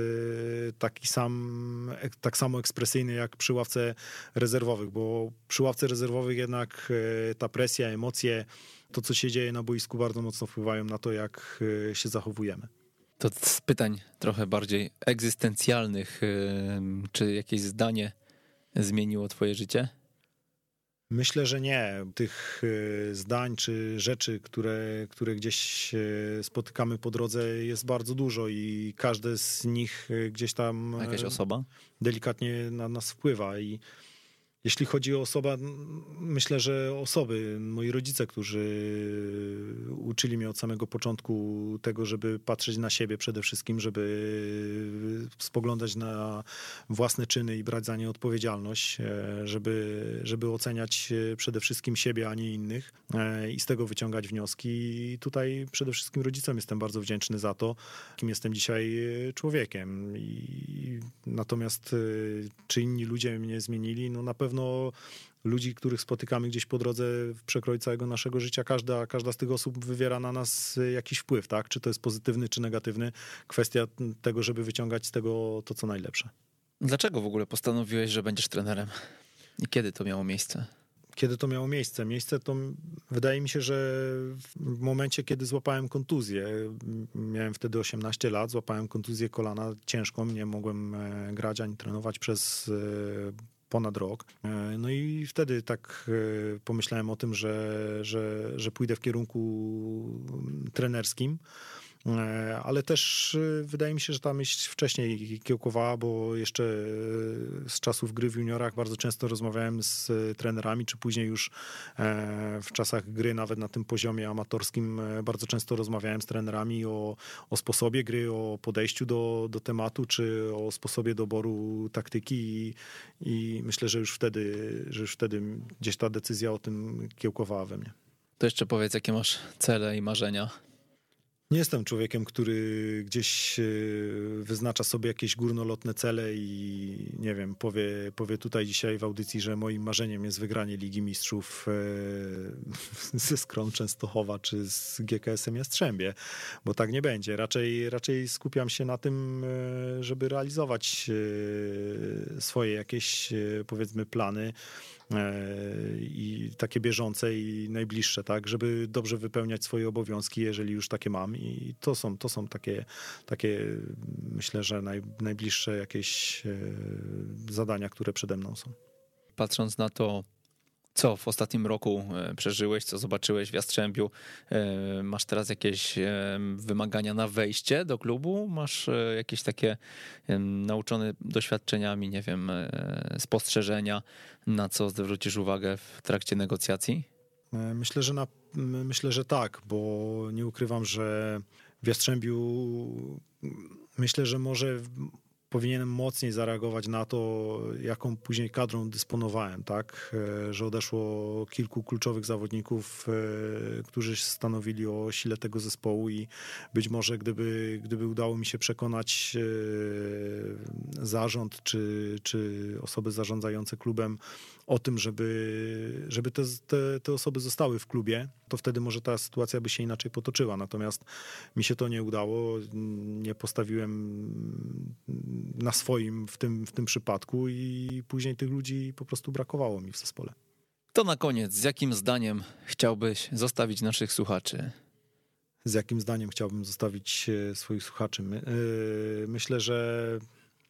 tak samo ekspresyjny jak przy ławce rezerwowych, bo przy ławce rezerwowych jednak ta presja, emocje, to co się dzieje na boisku bardzo mocno wpływają na to, jak się zachowujemy. To z pytań trochę bardziej egzystencjalnych, czy jakieś zdanie zmieniło twoje życie? Myślę, że nie. Tych zdań czy rzeczy, które gdzieś spotykamy po drodze, jest bardzo dużo i każde z nich gdzieś tam Jakaś osoba? Delikatnie na nas wpływa. I jeśli chodzi o osobę, myślę, że osoby, moi rodzice, którzy uczyli mnie od samego początku tego, żeby patrzeć na siebie przede wszystkim, żeby spoglądać na własne czyny i brać za nie odpowiedzialność, żeby oceniać przede wszystkim siebie, a nie innych i z tego wyciągać wnioski. I tutaj przede wszystkim rodzicom jestem bardzo wdzięczny za to, kim jestem dzisiaj człowiekiem. Natomiast czy inni ludzie mnie zmienili? No na pewno ludzi, których spotykamy gdzieś po drodze w przekroju całego naszego życia, każda z tych osób wywiera na nas jakiś wpływ, tak? Czy to jest pozytywny, czy negatywny. Kwestia tego, żeby wyciągać z tego to, co najlepsze. Dlaczego w ogóle postanowiłeś, że będziesz trenerem? I kiedy to miało miejsce? Kiedy to miało miejsce? Miejsce to wydaje mi się, że w momencie, kiedy złapałem kontuzję, miałem wtedy 18 lat, złapałem kontuzję kolana ciężką, nie mogłem grać ani trenować przez ponad rok. No i wtedy tak pomyślałem o tym, że pójdę w kierunku trenerskim. Ale też wydaje mi się, że ta myśl wcześniej kiełkowała, bo jeszcze z czasów gry w juniorach bardzo często rozmawiałem z trenerami, czy później już w czasach gry nawet na tym poziomie amatorskim bardzo często rozmawiałem z trenerami o sposobie gry, o podejściu do tematu, czy o sposobie doboru taktyki i myślę, że już wtedy gdzieś ta decyzja o tym kiełkowała we mnie. To jeszcze powiedz, jakie masz cele i marzenia? Nie jestem człowiekiem, który gdzieś wyznacza sobie jakieś górnolotne cele i nie wiem, powie tutaj dzisiaj w audycji, że moim marzeniem jest wygranie Ligi Mistrzów ze Skrą Częstochowa czy z GKS-em Jastrzębie, bo tak nie będzie. Raczej skupiam się na tym, żeby realizować swoje jakieś, powiedzmy, plany i takie bieżące i najbliższe, tak, żeby dobrze wypełniać swoje obowiązki, jeżeli już takie mam i to są takie myślę, że najbliższe jakieś zadania, które przede mną są. Patrząc na to, co w ostatnim roku przeżyłeś, co zobaczyłeś w Jastrzębiu, masz teraz jakieś wymagania na wejście do klubu? Masz jakieś takie nauczone doświadczeniami, nie wiem, spostrzeżenia, na co zwrócisz uwagę w trakcie negocjacji? Myślę, że tak, bo nie ukrywam, że w Jastrzębiu myślę, że może powinienem mocniej zareagować na to, jaką później kadrą dysponowałem, tak, że odeszło kilku kluczowych zawodników, którzy stanowili o sile tego zespołu i być może gdyby udało mi się przekonać zarząd czy osoby zarządzające klubem o tym, żeby te osoby zostały w klubie, to wtedy może ta sytuacja by się inaczej potoczyła. Natomiast mi się to nie udało, nie postawiłem na swoim w tym przypadku i później tych ludzi po prostu brakowało mi w zespole. To na koniec, z jakim zdaniem chciałbyś zostawić naszych słuchaczy? Z jakim zdaniem chciałbym zostawić swoich słuchaczy? Myślę, że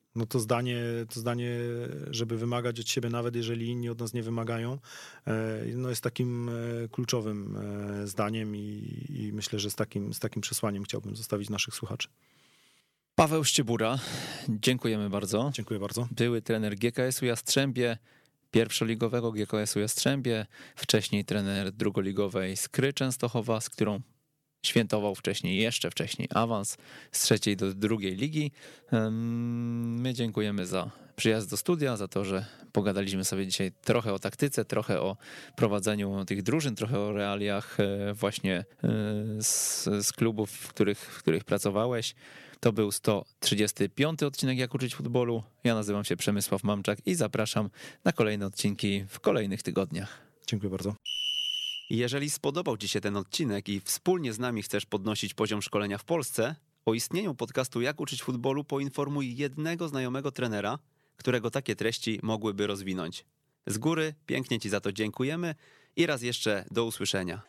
No to zdanie, żeby wymagać od siebie, nawet jeżeli inni od nas nie wymagają, no jest takim kluczowym zdaniem i myślę, że z takim przesłaniem chciałbym zostawić naszych słuchaczy. Paweł Szczybura, dziękujemy bardzo. Dziękuję bardzo. Były trener GKS-u Jastrzębie, pierwszoligowego GKS-u Jastrzębie, wcześniej trener drugoligowej Skry Częstochowa, z którą świętował jeszcze wcześniej awans z 3. do 2. ligi. My dziękujemy za przyjazd do studia, za to, że pogadaliśmy sobie dzisiaj trochę o taktyce, trochę o prowadzeniu tych drużyn, trochę o realiach właśnie z klubów, w których pracowałeś. To był 135. odcinek Jak uczyć futbolu. Ja nazywam się Przemysław Mamczak i zapraszam na kolejne odcinki w kolejnych tygodniach. Dziękuję bardzo. Jeżeli spodobał Ci się ten odcinek i wspólnie z nami chcesz podnosić poziom szkolenia w Polsce, o istnieniu podcastu Jak uczyć futbolu poinformuj jednego znajomego trenera, którego takie treści mogłyby rozwinąć. Z góry pięknie Ci za to dziękujemy i raz jeszcze do usłyszenia.